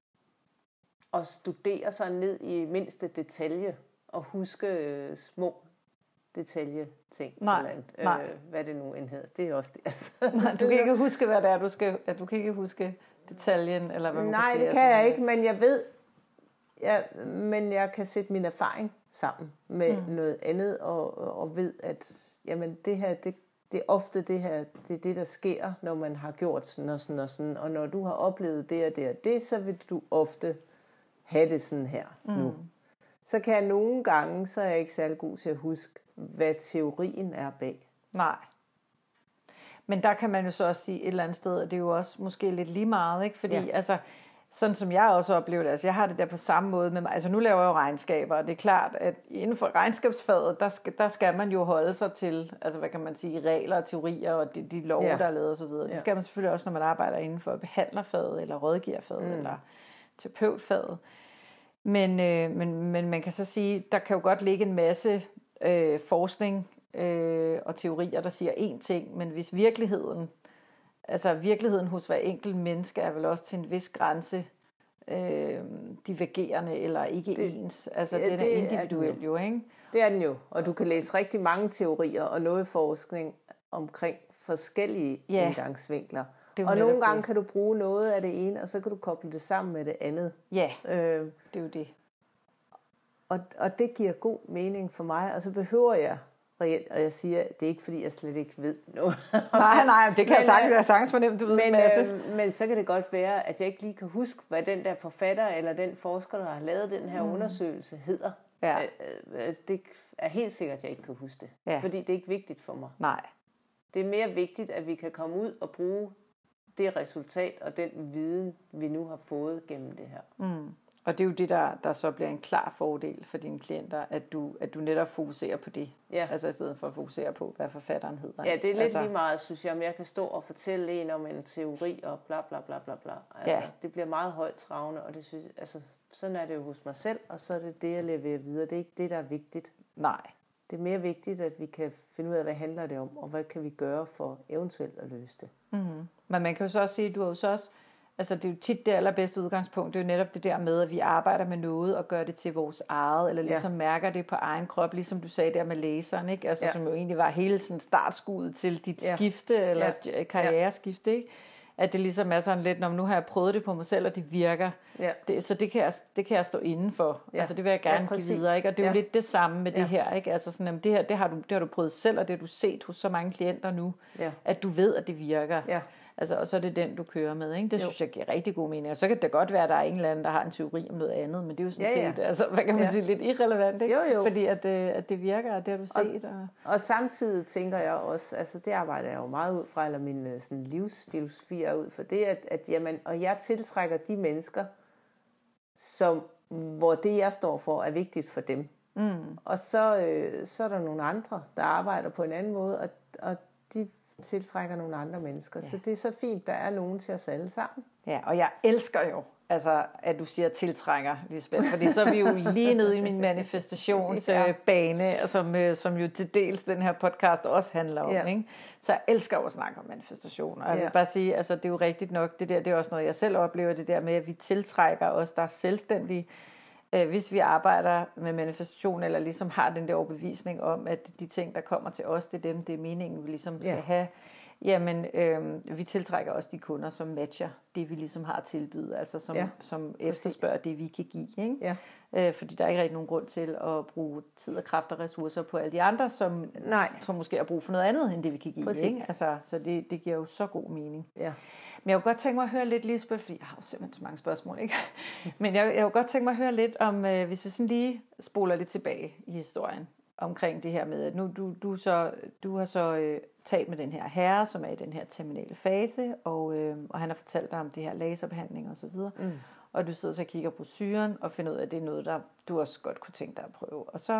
at studere sig ned i mindste detalje, og huske øh, små detaljeting. Nej, eller, øh, nej. Hvad det nu end hedder. Det er også det. Altså. Nej, du kan ikke huske, hvad det er, du skal, at du kan ikke huske detaljen, eller hvad man Nej, kan sige. det kan jeg ikke, men jeg ved, jeg, men jeg kan sætte min erfaring sammen med mm. noget andet, og, og ved, at jamen, det her, det, det er ofte det her, det er det, der sker, når man har gjort sådan og sådan og sådan, og når du har oplevet det og det og det, så vil du ofte have det sådan her mm. nu. Så kan jeg nogle gange, så er jeg ikke særlig god til at huske, hvad teorien er bag. Nej. Men der kan man jo så også sige et eller andet sted, at det er jo også måske lidt lige meget, ikke? Fordi ja. altså, sådan som jeg også oplever det, altså jeg har det der på samme måde med mig, altså nu laver jeg jo regnskaber, og det er klart, at inden for regnskabsfaget, der skal, der skal man jo holde sig til, altså hvad kan man sige, regler og teorier, og de, de love, ja. der er lavet og så videre. Det ja. skal man selvfølgelig også, når man arbejder inden for behandlerfaget, eller rådgiverfaget, mm. eller terapeutfaget. Men, øh, men, men man kan så sige, der kan jo godt ligge en masse øh, forskning øh, og teorier, der siger én ting, men hvis virkeligheden, altså virkeligheden hos hver enkelt menneske er vel også til en vis grænse øh, divergerende eller ikke det, ens. Altså ja, den er individuel jo, ikke? Det er den jo, og du kan læse rigtig mange teorier og noget forskning omkring forskellige ja. indgangsvinkler. Og nogle gange kan du bruge noget af det ene, og så kan du koble det sammen med det andet. Ja, øh, det er jo det. Og, og det giver god mening for mig, og så behøver jeg reelt, og jeg siger, det er ikke fordi, jeg slet ikke ved noget. nej, nej, det kan men, jeg sagtens, jeg sagtens fornemme, du ved men, en masse. Øh, men så kan det godt være, at jeg ikke lige kan huske, hvad den der forfatter, eller den forsker, der har lavet den her mm. undersøgelse, hedder. Ja. Øh, det er helt sikkert, at jeg ikke kan huske det. Ja. Fordi det er ikke vigtigt for mig. Nej. Det er mere vigtigt, at vi kan komme ud og bruge det resultat og den viden, vi nu har fået gennem det her. Mm. Og det er jo det, der, der så bliver en klar fordel for dine klienter, at du, at du netop fokuserer på det. Ja. Altså i stedet for at fokusere på, hvad forfatteren hedder. Ja, det er lidt altså, lige meget, synes jeg, om jeg kan stå og fortælle en om en teori og bla bla bla bla bla. Altså, ja. Det bliver meget højt travende, og det synes, altså, sådan er det jo hos mig selv, og så er det det, jeg leverer videre. Det er ikke det, der er vigtigt. Nej. Det er mere vigtigt, at vi kan finde ud af, hvad handler det om, og hvad kan vi gøre for eventuelt at løse det. Mm-hmm. Men man kan jo så også sige, at du har jo så også, altså det er jo tit det allerbedste udgangspunkt, det er jo netop det der med, at vi arbejder med noget og gør det til vores eget, eller ligesom ja. mærker det på egen krop, ligesom du sagde der med læseren, ikke? Altså, ja. som jo egentlig var hele sådan startskuddet til dit ja. skifte, eller ja. karriereskifte, ikke? At det ligesom er sådan lidt, når nu har jeg prøvet det på mig selv, og det virker. Ja. Det, så det kan, jeg, det kan jeg stå inden for. Ja. Altså det vil jeg gerne Ja, give præcis. videre. Ikke? Og det er jo Ja. lidt det samme med Ja. det her. Ikke? Altså sådan, jamen, det her, det har, du, det har du prøvet selv, og det har du set hos så mange klienter nu, Ja. at du ved, at det virker. Ja. Altså, og så er det den, du kører med. Ikke? Det Jo. synes jeg giver rigtig god mening. Og så kan det godt være, at der er en eller anden, der har en teori om noget andet, men det er jo sådan Ja, ja. set, altså, hvad kan man Ja. sige, lidt irrelevant, ikke? Jo, jo. Fordi at, øh, at det virker, og det har du set. Og... Og samtidig tænker jeg også, altså det arbejder jeg jo meget ud fra, eller min øh, sådan, livsfilosofi er ud for det, at, at jamen, og jeg tiltrækker de mennesker, som, hvor det jeg står for er vigtigt for dem. Mm. Og så, øh, så er der nogle andre, der arbejder på en anden måde, og, og de tiltrækker nogle andre mennesker. Ja. Så det er så fint, der er nogen til os alle sammen. Ja, og jeg elsker jo, altså, at du siger tiltrækker, Lisbeth, fordi så er vi jo lige nede i min manifestationsbane, ja. som, øh, som jo til dels den her podcast også handler om. Ja. Ikke? Så jeg elsker jo at snakke om manifestation, og jeg vil Ja. bare sige, altså det er jo rigtigt nok, det der, det er også noget, jeg selv oplever, det der med, at vi tiltrækker os, der er selvstændige, øh, hvis vi arbejder med manifestation, eller ligesom har den der overbevisning om, at de ting, der kommer til os, det er dem, det er meningen, vi ligesom skal Ja. have. Jamen, øh, vi tiltrækker også de kunder, som matcher det, vi ligesom har at tilbyde, altså som, Ja, som efterspørger det, vi kan give. Ikke? Ja. Øh, fordi der er ikke rigtig nogen grund til at bruge tid og kræfter og ressourcer på alle de andre, som, Nej. som måske har brug for noget andet, end det vi kan give. Præcis. Ikke? Altså, så det, det giver jo så god mening. Ja. Men jeg kunne godt tænke mig at høre lidt, Lisbeth, fordi jeg har jo simpelthen så mange spørgsmål, ikke? Men jeg, jeg kunne godt tænke mig at høre lidt om, øh, hvis vi sådan lige spoler lidt tilbage i historien, omkring det her med, at nu du, du, så, du har så øh, talt med den her herre, som er i den her terminale fase, og, øh, og han har fortalt dig om det her laserbehandling og så videre, mm. og du sidder så og kigger på syren, og finder ud af, at det er noget, der du også godt kunne tænke dig at prøve. Og så,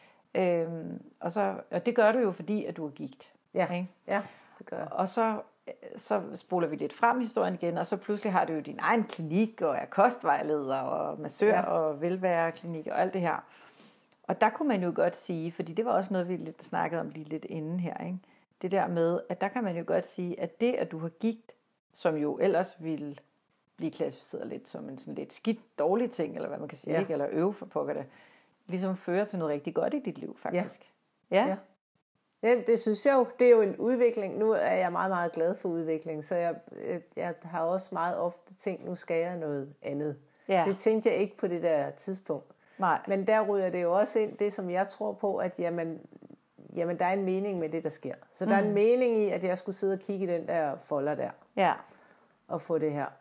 øh, og så og det gør du jo, fordi at du er gigt. Ja. Ikke? Ja, det gør jeg. Og så, så spoler vi lidt frem i historien igen, og så pludselig har du jo din egen klinik, og er kostvejleder, og massør, ja. og velværeklinik, og alt det her. Og der kunne man jo godt sige, fordi det var også noget, vi lidt snakkede om lige lidt inden her, ikke? Det der med, at der kan man jo godt sige, at det, at du har gigt, som jo ellers ville blive klassificeret lidt som en sådan lidt skidt, dårlig ting, eller hvad man kan sige, Ja. ikke? Eller øve for pokker det, ligesom fører til noget rigtig godt i dit liv, faktisk. Ja. Ja. Ja, det synes jeg jo. Det er jo en udvikling. Nu er jeg meget, meget glad for udvikling, så jeg, jeg har også meget ofte tænkt, nu skal jeg noget andet. Ja. Det tænkte jeg ikke på det der tidspunkt. Nej. Men der ryger det jo også ind, det som jeg tror på, at jamen, jamen, der er en mening med det, der sker. Så mm. der er en mening i, at jeg skulle sidde og kigge i den der folder der, Ja. og få det her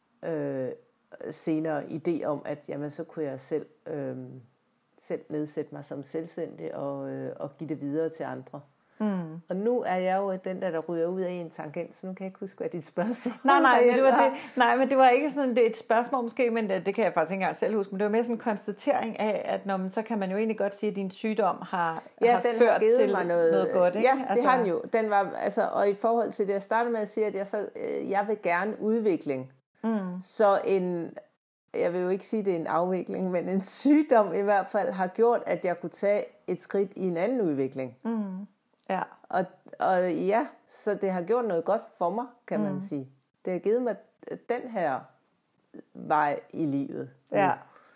øh, senere idé om, at jamen, så kunne jeg selv, øh, selv nedsætte mig som selvstændig og, øh, og give det videre til andre. Mm. Og nu er jeg jo den der, der ryger ud af en tangent, så nu kan jeg ikke huske, hvad dit spørgsmål Nej, nej, men det var var. det. Nej, men det var ikke sådan det er et spørgsmål måske, men det, det kan jeg faktisk ikke engang selv huske, men det var mere sådan en konstatering af, at når man, så kan man jo egentlig godt sige, at din sygdom har, Ja, har den ført har givet til mig noget, noget godt, ikke? Ja, det altså, har den jo. Den var, altså, og i forhold til det, jeg startede med at sige, at jeg, så, øh, jeg vil gerne udvikling. Mm. Så en, jeg vil jo ikke sige, at det er en afvikling, men en sygdom i hvert fald har gjort, at jeg kunne tage et skridt i en anden udvikling. Mm. Ja. Og, og ja, så det har gjort noget godt for mig, kan mm. man sige. Det har givet mig den her vej i livet. Ja.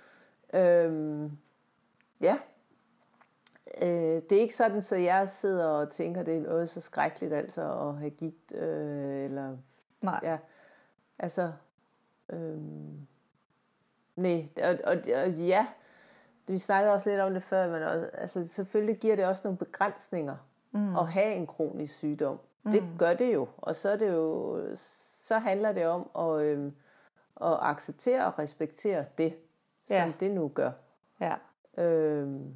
Øhm, ja. Øh, det er ikke sådan, så jeg sidder og tænker, det er noget så skrækkeligt altså at have gigt, øh, eller... Nej. Ja, altså... Øhm, nej, og, og, og ja, vi snakkede også lidt om det før, men også, altså, selvfølgelig giver det også nogle begrænsninger mm. at have en kronisk sygdom. Mm. Det gør det jo, og så er det jo, så handler det om at, øhm, at acceptere og respektere det, ja. Som det nu gør. Ja. Øhm,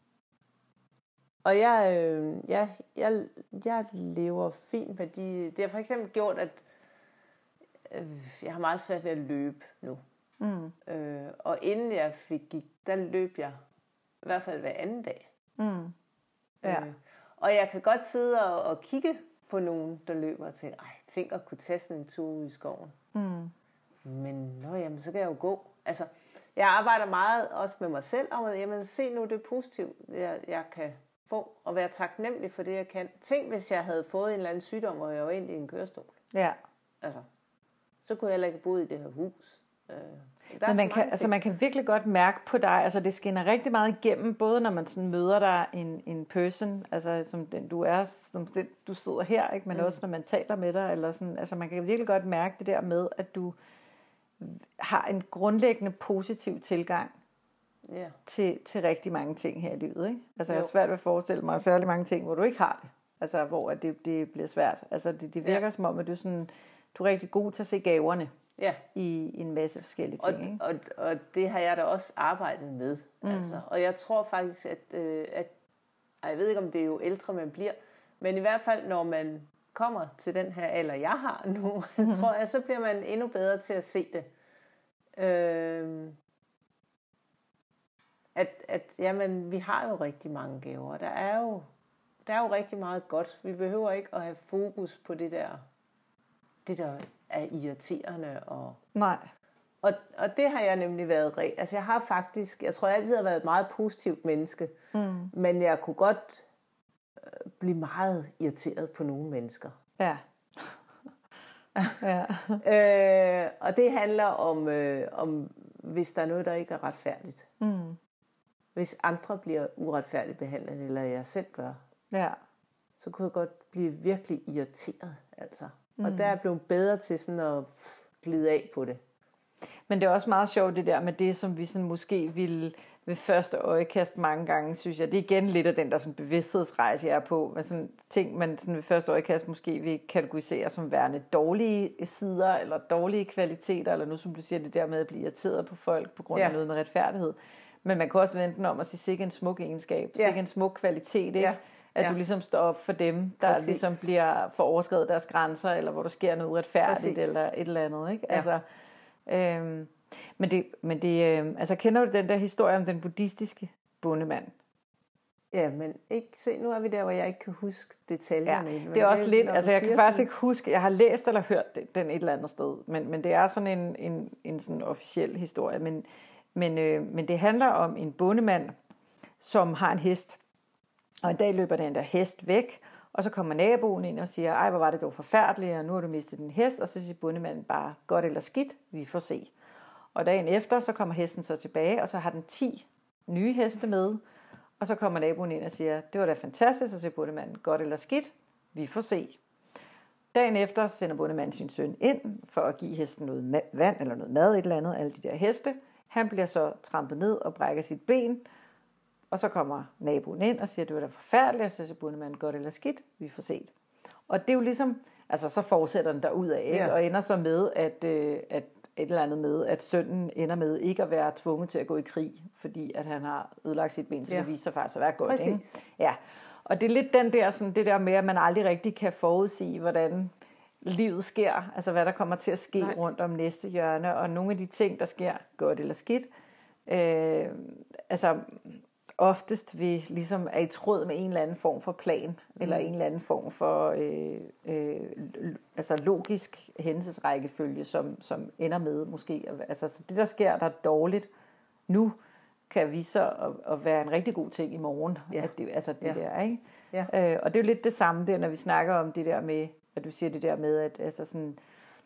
og jeg, øh, jeg, jeg, jeg lever fint med de... Det har for eksempel gjort, at øh, jeg har meget svært ved at løbe nu. Mm. Øh, og inden jeg fik gik, der løb jeg i hvert fald hver anden dag. Mm. Ja. Øh, og jeg kan godt sidde og, og kigge på nogen, der løber og tænke, ej, tænk at kunne tage sådan en tur ud i skoven. Mm. Men nå, jamen, så kan jeg jo gå. Altså, jeg arbejder meget også med mig selv om, at jamen, se nu det positivt, jeg, jeg kan få, og være taknemmelig for det, jeg kan. Tænk, hvis jeg havde fået en eller anden sygdom, og jeg var ind i en kørestol. Ja. Altså, så kunne jeg heller ikke bo i det her hus. Øh. der Men man kan, altså man kan virkelig godt mærke på dig, altså det skinner rigtig meget igennem, både når man sådan møder dig in, in person, altså som den du er, som den, du sidder her, ikke? Men mm. også når man taler med dig, eller sådan, altså man kan virkelig godt mærke det der med, at du har en grundlæggende positiv tilgang yeah. til, til rigtig mange ting her i livet, ikke? Altså jo. Jeg er svært ved at forestille mig særlig mange ting, hvor du ikke har det, altså hvor det, det bliver svært, altså det, det virker yeah. som om, at du, sådan, du er rigtig god til at se gaverne. Ja. I, i en masse forskellige ting. Og, ikke? og, og det har jeg da også arbejdet med. Mm. Altså. Og jeg tror faktisk, at, øh, at jeg ved ikke, om det er jo ældre man bliver, men i hvert fald, når man kommer til den her alder, jeg har nu, mm. tror jeg, så bliver man endnu bedre til at se det. Øh, at, at jamen, vi har jo rigtig mange gaver. Der er jo, der er jo rigtig meget godt. Vi behøver ikke at have fokus på det der, det der er irriterende. Og, Nej. Og, og det har jeg nemlig været... Altså jeg har faktisk... Jeg tror, jeg altid har været et meget positivt menneske. Mm. Men jeg kunne godt øh, blive meget irriteret på nogle mennesker. Ja. ja. øh, og det handler om, øh, om, hvis der er noget, der ikke er retfærdigt. Mm. Hvis andre bliver uretfærdigt behandlet, eller jeg selv gør, ja. så kunne jeg godt blive virkelig irriteret, altså. Og mm. der er blevet bedre til sådan at glide af på det. Men det er også meget sjovt det der med det, som vi sådan måske ville ved første øjekast mange gange, synes jeg. Det er igen lidt af den der sådan bevidsthedsrejse, jeg er på. Med sådan ting, man sådan ved første øjekast måske vil kategorisere som værende dårlige sider, eller dårlige kvaliteter, eller nu som du siger, det der med at blive irriteret på folk på grund af ja. noget med retfærdighed. Men man kan også vente den om at sige, sikke en smuk egenskab, ja. sikke en smuk kvalitet, ikke? Ja. At ja. du ligesom står op for dem, der Præcis. ligesom bliver for overskredet deres grænser, eller hvor der sker noget uretfærdigt, Præcis. eller et eller andet, ikke? Ja. Altså, øhm, men det, men det øhm, altså kender du den der historie om den buddhistiske bondemand? Ja, men ikke se, nu er vi der, hvor jeg ikke kan huske detaljerne. Ja, det er også lidt, altså jeg kan faktisk sådan... ikke huske, jeg har læst eller hørt den et eller andet sted, men, men det er sådan en, en, en sådan officiel historie, men, men, øh, men det handler om en bondemand, som har en hest. Og en dag løber den der hest væk, og så kommer naboen ind og siger, ej, hvor var det dog forfærdeligt, og nu har du mistet din hest, og så siger bondemanden bare, godt eller skidt, vi får se. Og dagen efter, så kommer hesten så tilbage, og så har den ti nye heste med, og så kommer naboen ind og siger, det var da fantastisk, og så siger bondemanden, godt eller skidt, vi får se. Dagen efter sender bondemanden sin søn ind, for at give hesten noget vand, eller noget mad, et eller andet, alle de der heste. Han bliver så trampet ned og brækker sit ben, og så kommer naboen ind og siger, det var da forfærdeligt, og så siger bondemanden, godt eller skidt, vi får set. Og det er jo ligesom, altså så fortsætter den derudad, ikke? Ja. Og ender så med, at, øh, at et eller andet med, at sønnen ender med ikke at være tvunget til at gå i krig, fordi at han har ødelagt sit ben, så ja. det viser sig faktisk at være godt. Ikke? Ja. Og det er lidt den der, sådan, det der med, at man aldrig rigtig kan forudsige, hvordan livet sker, altså hvad der kommer til at ske Nej. rundt om næste hjørne, og nogle af de ting, der sker, godt eller skidt, øh, altså oftest vi ligesom er i tråd med en eller anden form for plan, mm. eller en eller anden form for øh, øh, altså logisk hændelsesrækkefølge, som, som ender med måske, altså så det der sker, der er dårligt nu, kan vise sig at, at være en rigtig god ting i morgen, ja. at det, altså det ja. der, ikke? Ja. Øh, og det er jo lidt det samme der, når vi snakker om det der med, at du siger det der med, at altså sådan,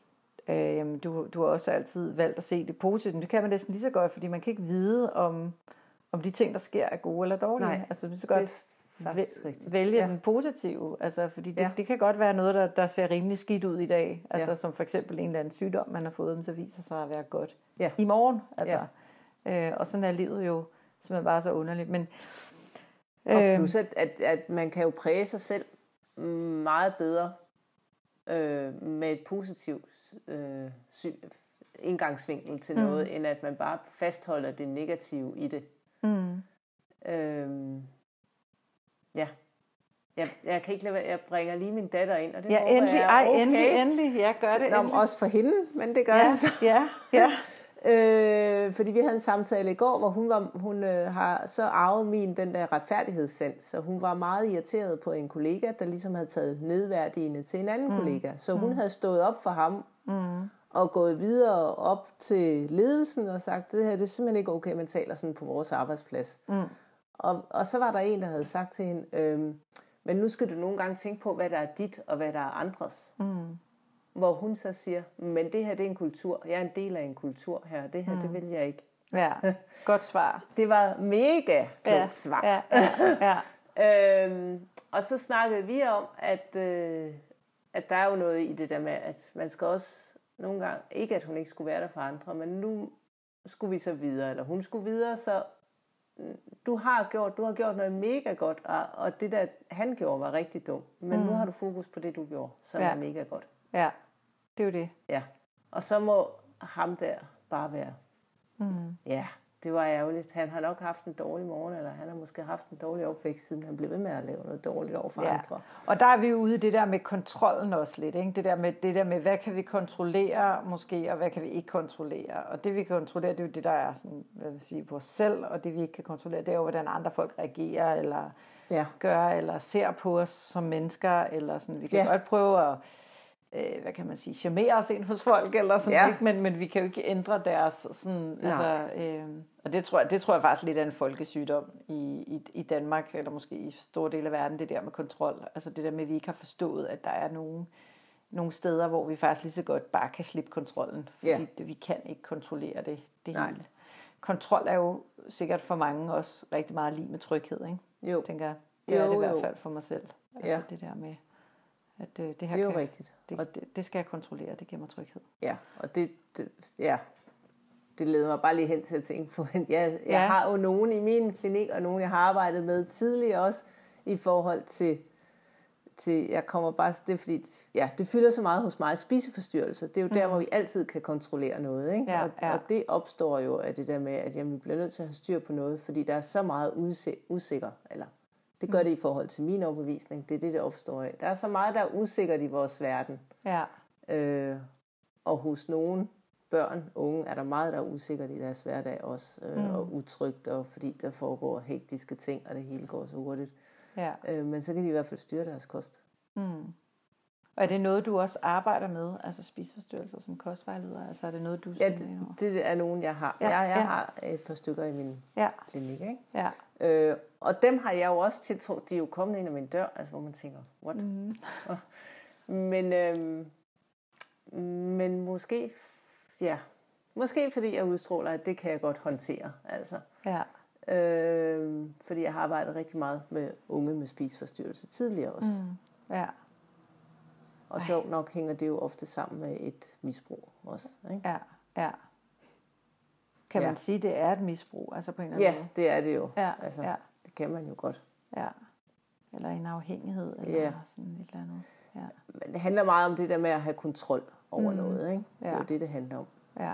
øh, du, du har også altid valgt at se det positivt, det kan man næsten lige så godt, fordi man kan ikke vide om om de ting, der sker, er gode eller dårlige. Nej, altså, så godt væ- vælge ja. den positive. Altså, fordi det, ja. det kan godt være noget, der, der ser rimelig skidt ud i dag. Altså, ja. som for eksempel en eller anden sygdom, man har fået, men så viser sig at være godt ja. i morgen. Altså. Ja. Øh, og sådan er livet jo simpelthen bare så underligt. Men, øh, og plus, at, at, at man kan jo præge sig selv meget bedre øh, med et positivt øh, sy- indgangsvinkel til mm. noget, end at man bare fastholder det negative i det. Mm. Øhm, ja. Jeg, jeg kan ikke lade være, jeg bringer lige min datter ind, og det ja, håber endelig, jeg ej, okay. endelig, endelig, jeg gør det. Nå, også for hende, men det gør ja, jeg så. Ja, ja. øh, fordi vi havde en samtale i går, hvor hun, var, hun øh, har så arvet min den der retfærdighedssans, så hun var meget irriteret på en kollega, der ligesom havde taget nedværdigende til en anden mm. kollega. Så hun mm. havde stået op for ham, mm. og gået videre op til ledelsen og sagt, det her det er simpelthen ikke okay, man taler sådan på vores arbejdsplads. Mm. Og, og så var der en, der havde sagt til hende, øhm, men nu skal du nogle gange tænke på, hvad der er dit og hvad der er andres. Mm. hvor hun så siger, men det her det er en kultur, jeg er en del af en kultur her, det her mm. det vil jeg ikke. Ja, godt svar. Det var mega klogt ja, svar. Ja, ja, ja. øhm, og så snakkede vi om, at, øh, at der er jo noget i det der med, at man skal også nogle gange, ikke at hun ikke skulle være der for andre, men nu skulle vi så videre, eller hun skulle videre, så du har gjort, du har gjort noget mega godt, og, og det der han gjorde var rigtig dumt, men mm. nu har du fokus på det du gjorde, som ja. er mega godt. Ja, det er jo det. Ja, og så må ham der bare være, mm. ja, det var ærgerligt. Han har nok haft en dårlig morgen, eller han har måske haft en dårlig opvækst, siden han blev ved med at lave noget dårligt over for ja. andre. Og der er vi jo ude i det der med kontrollen også lidt, ikke? Det der med, det der med, hvad kan vi kontrollere måske, og hvad kan vi ikke kontrollere. Og det vi kan kontrollere, det er jo det, der er sådan, hvad vil sige, på os selv, og det vi ikke kan kontrollere, det er jo, hvordan andre folk reagerer, eller ja. gør, eller ser på os som mennesker, eller sådan. Vi kan ja. godt prøve at Øh, hvad kan man sige, charmere os ind hos folk, eller sådan, ja. ikke? Men, men vi kan jo ikke ændre deres, sådan, altså, øh, og det tror, jeg, det tror jeg faktisk lidt er en folkesygdom i, i, i Danmark, eller måske i store dele af verden, det der med kontrol, altså det der med, at vi ikke har forstået, at der er nogle, nogle steder, hvor vi faktisk lige så godt bare kan slippe kontrollen, fordi ja. det, vi kan ikke kontrollere det, det hele. Kontrol er jo sikkert for mange også rigtig meget lige med tryghed, ikke? Jo. Tænker, det jo, er det i hvert fald for mig selv, altså ja. det der med at øh, det her det er jo kan, rigtigt. Det, og det, det skal jeg kontrollere, det giver mig tryghed. Ja, og det, det, ja, det leder mig bare lige hen til at tænke på, at jeg, ja. jeg har jo nogen i min klinik, og nogen jeg har arbejdet med tidligere også, i forhold til, til jeg kommer bare, det er fordi, ja, det fylder så meget hos mig, spiseforstyrrelser, det er jo der, mm. hvor vi altid kan kontrollere noget, ikke? Ja, og, ja. og det opstår jo af det der med, at jamen, vi bliver nødt til at have styr på noget, fordi der er så meget udse- usikker, eller det gør det i forhold til min overbevisning. Det er det, der opstår af. Der er så meget, der er usikkert i vores verden. Ja. Øh, og hos nogle børn, unge, er der meget, der er usikkert i deres hverdag også. Øh, mm. Og utrygt, og fordi der foregår hektiske ting, og det hele går så hurtigt. Ja. Øh, men så kan de i hvert fald styre deres kost. Mm. Og er det noget, du også arbejder med? Altså spiseforstyrrelser som kostvejleder? Altså er det noget, du... Ja, det, det er nogen, jeg har. Ja, jeg jeg ja. har et par stykker i min ja. klinik, ikke? Ja. Øh, og dem har jeg jo også tiltro. De er jo kommet ind ad min dør, altså hvor man tænker, what? Mm. men, øh, men måske, ja, måske fordi jeg udstråler, at det kan jeg godt håndtere, altså. Ja. Øh, fordi jeg har arbejdet rigtig meget med unge med spiseforstyrrelse tidligere også. Mm. Ja. Og sjovt nok hænger det jo ofte sammen med et misbrug også, ikke? Ja, ja. Kan man ja. sige, det er et misbrug, altså på en eller anden ja, måde? Ja, det er det jo. Ja, altså, ja. Det kan man jo godt. Ja. Eller en afhængighed, eller ja. sådan et eller andet. Ja. Men det handler meget om det der med at have kontrol over mm. noget, ikke? Det er ja. jo det, det handler om. Ja.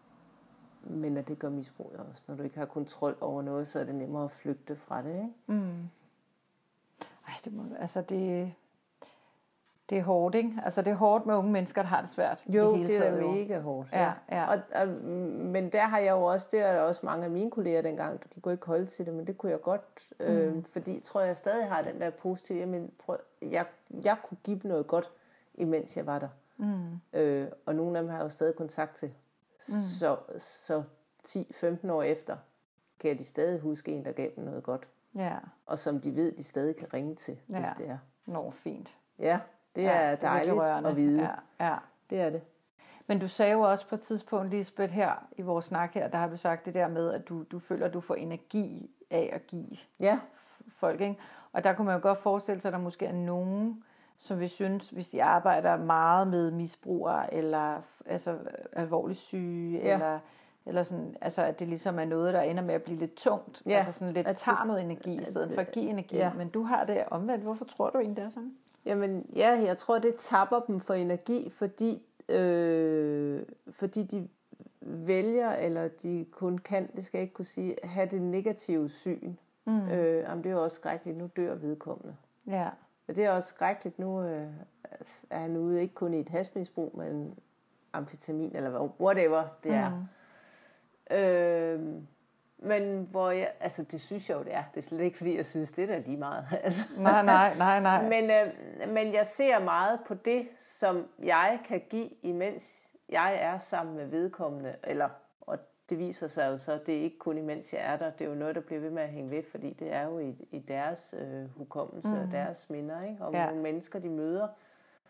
Men at det gør misbrug også. Når du ikke har kontrol over noget, så er det nemmere at flygte fra det, ikke? Mm. Ej, det må, altså det... Det er hårdt, ikke? Altså det er hårdt med unge mennesker, der har det svært. Jo, det, hele det er taget, mega hårdt. Ja, ja. Og, og, men der har jeg jo også, det er der også mange af mine kolleger dengang, de kunne ikke holde til det, men det kunne jeg godt, mm. øh, fordi tror jeg stadig har den der positive, jamen, prøv, jeg, jeg kunne give dem noget godt, imens jeg var der. Mm. Øh, og nogle af dem har jeg jo stadig kontakt til. Mm. Så, så ti femten år efter, kan de stadig huske en, der gav dem noget godt. Ja. Og som de ved, de stadig kan ringe til, ja. hvis det er. Nå, fint. Ja. Det er ja, dejligt det er at vide. Ja, ja. Det er det. Men du sagde jo også på et tidspunkt, Lisbeth, her i vores snak her, der har du sagt det der med, at du, du føler, at du får energi af at give ja. folk. Ikke? Og der kunne man jo godt forestille sig, at der måske er nogen, som vi synes, hvis de arbejder meget med misbrugere, eller altså, alvorligt syge, ja. eller, eller sådan, altså, at det ligesom er noget, der ender med at blive lidt tungt. Ja. Altså sådan lidt at tager noget energi, i stedet for at give energi. Ja. Men du har det omvendt. Hvorfor tror du egentlig, det er sådan? Jamen, ja, jeg tror, det tapper dem for energi, fordi, øh, fordi de vælger, eller de kun kan, det skal jeg ikke kunne sige, have det negative syn. Mm. Øh, jamen, det er jo også skrækkeligt, nu dør vedkommende. Ja. Og det er også skrækkeligt, nu øh, er han ude ikke kun i et hashmisbrug, men amfetamin, eller whatever det er. Mm. Øh, Men hvor jeg, altså det synes jeg jo det er, det er slet ikke fordi jeg synes det er lige meget. Altså. Nej, nej, nej, nej. Men, øh, men jeg ser meget på det, som jeg kan give, imens jeg er sammen med vedkommende, eller, og det viser sig jo så, det er ikke kun imens jeg er der, det er jo noget, der bliver ved med at hænge ved, fordi det er jo i, i deres øh, hukommelse mm. og deres minder, ikke? Og ja. nogle mennesker, de møder,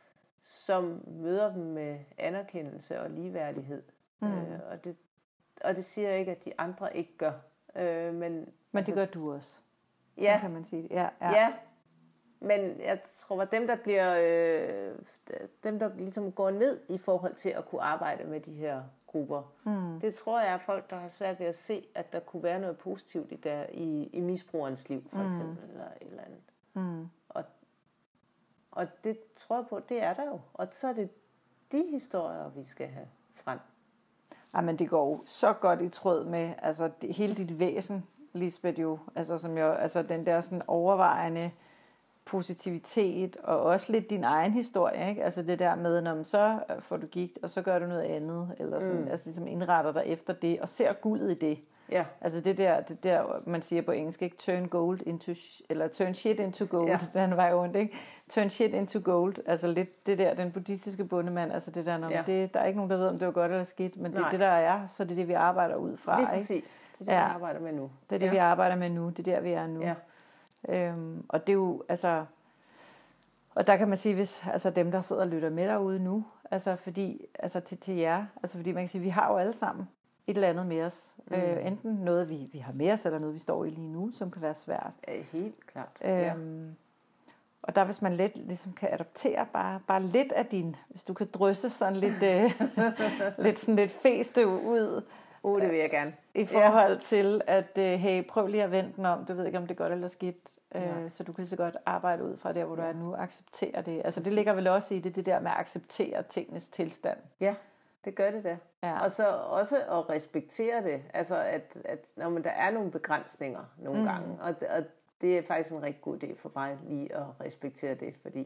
som møder dem med anerkendelse og ligeværdighed. Mm. Øh, og, det, og det siger ikke, at de andre ikke gør. Øh, men men altså, det gør du også. Ja. Så kan man sige det. Ja, ja. ja. Men jeg tror, at dem, der bliver, øh, dem, der ligesom går ned i forhold til at kunne arbejde med de her grupper, mm. det tror jeg er folk, der har svært ved at se, at der kunne være noget positivt i, der, i, i misbrugerens liv, for eksempel, mm. eller et eller andet. Mm. Og, og det tror jeg på, det er der jo. Og så er det de historier, vi skal have frem. Ja, men det går jo så godt i tråd med, altså det, hele dit væsen, Lisbeth, jo, altså som jo, altså den der sådan overvejende positivitet, og også lidt din egen historie, ikke? Altså det der med, når man så får du gigt, og så gør du noget andet, eller sådan, mm. altså ligesom indretter dig efter det, og ser guldet i det. Ja. Altså det der, det der, man siger på engelsk, ikke? Turn gold into, eller turn shit into gold, ja. Den var jo ondt, ikke? Turn shit into gold, altså lidt det der, den buddhistiske bondemand, altså det der, når ja. det, der er ikke nogen, der ved, om det var godt eller skidt, men det er det, der er, så det er det, vi arbejder ud fra. Lige præcis, ikke? det er det, ja. vi arbejder med nu. Det er det, ja. vi arbejder med nu, det er der, vi er nu. Ja. Øhm, og det er jo, altså, og der kan man sige, hvis altså dem, der sidder og lytter med derude nu, altså fordi, altså til, til jer, altså fordi man kan sige, vi har jo alle sammen et eller andet med os. Mm. Øh, enten noget, vi, vi har med os, eller noget, vi står i lige nu, som kan være svært. Ja, helt klart. Øhm, ja. Og der, hvis man let ligesom kan adoptere bare, bare lidt af din, hvis du kan drysse sådan lidt, øh, lidt, sådan lidt feste ud. Uh, det vil jeg gerne. I forhold ja. til, at øh, hey, prøv lige at vente den om, du ved ikke, om det er godt eller skidt. Ja. Øh, så du kan så godt arbejde ud fra der, hvor du er nu, acceptere det. Altså det ligger vel også i det, det der med at acceptere tingenes tilstand. Ja, det gør det da. Ja. Og så også at respektere det. Altså at, at når man, der er nogle begrænsninger nogle mm. gange, og, og det er faktisk en rigtig god idé for mig lige at respektere det, fordi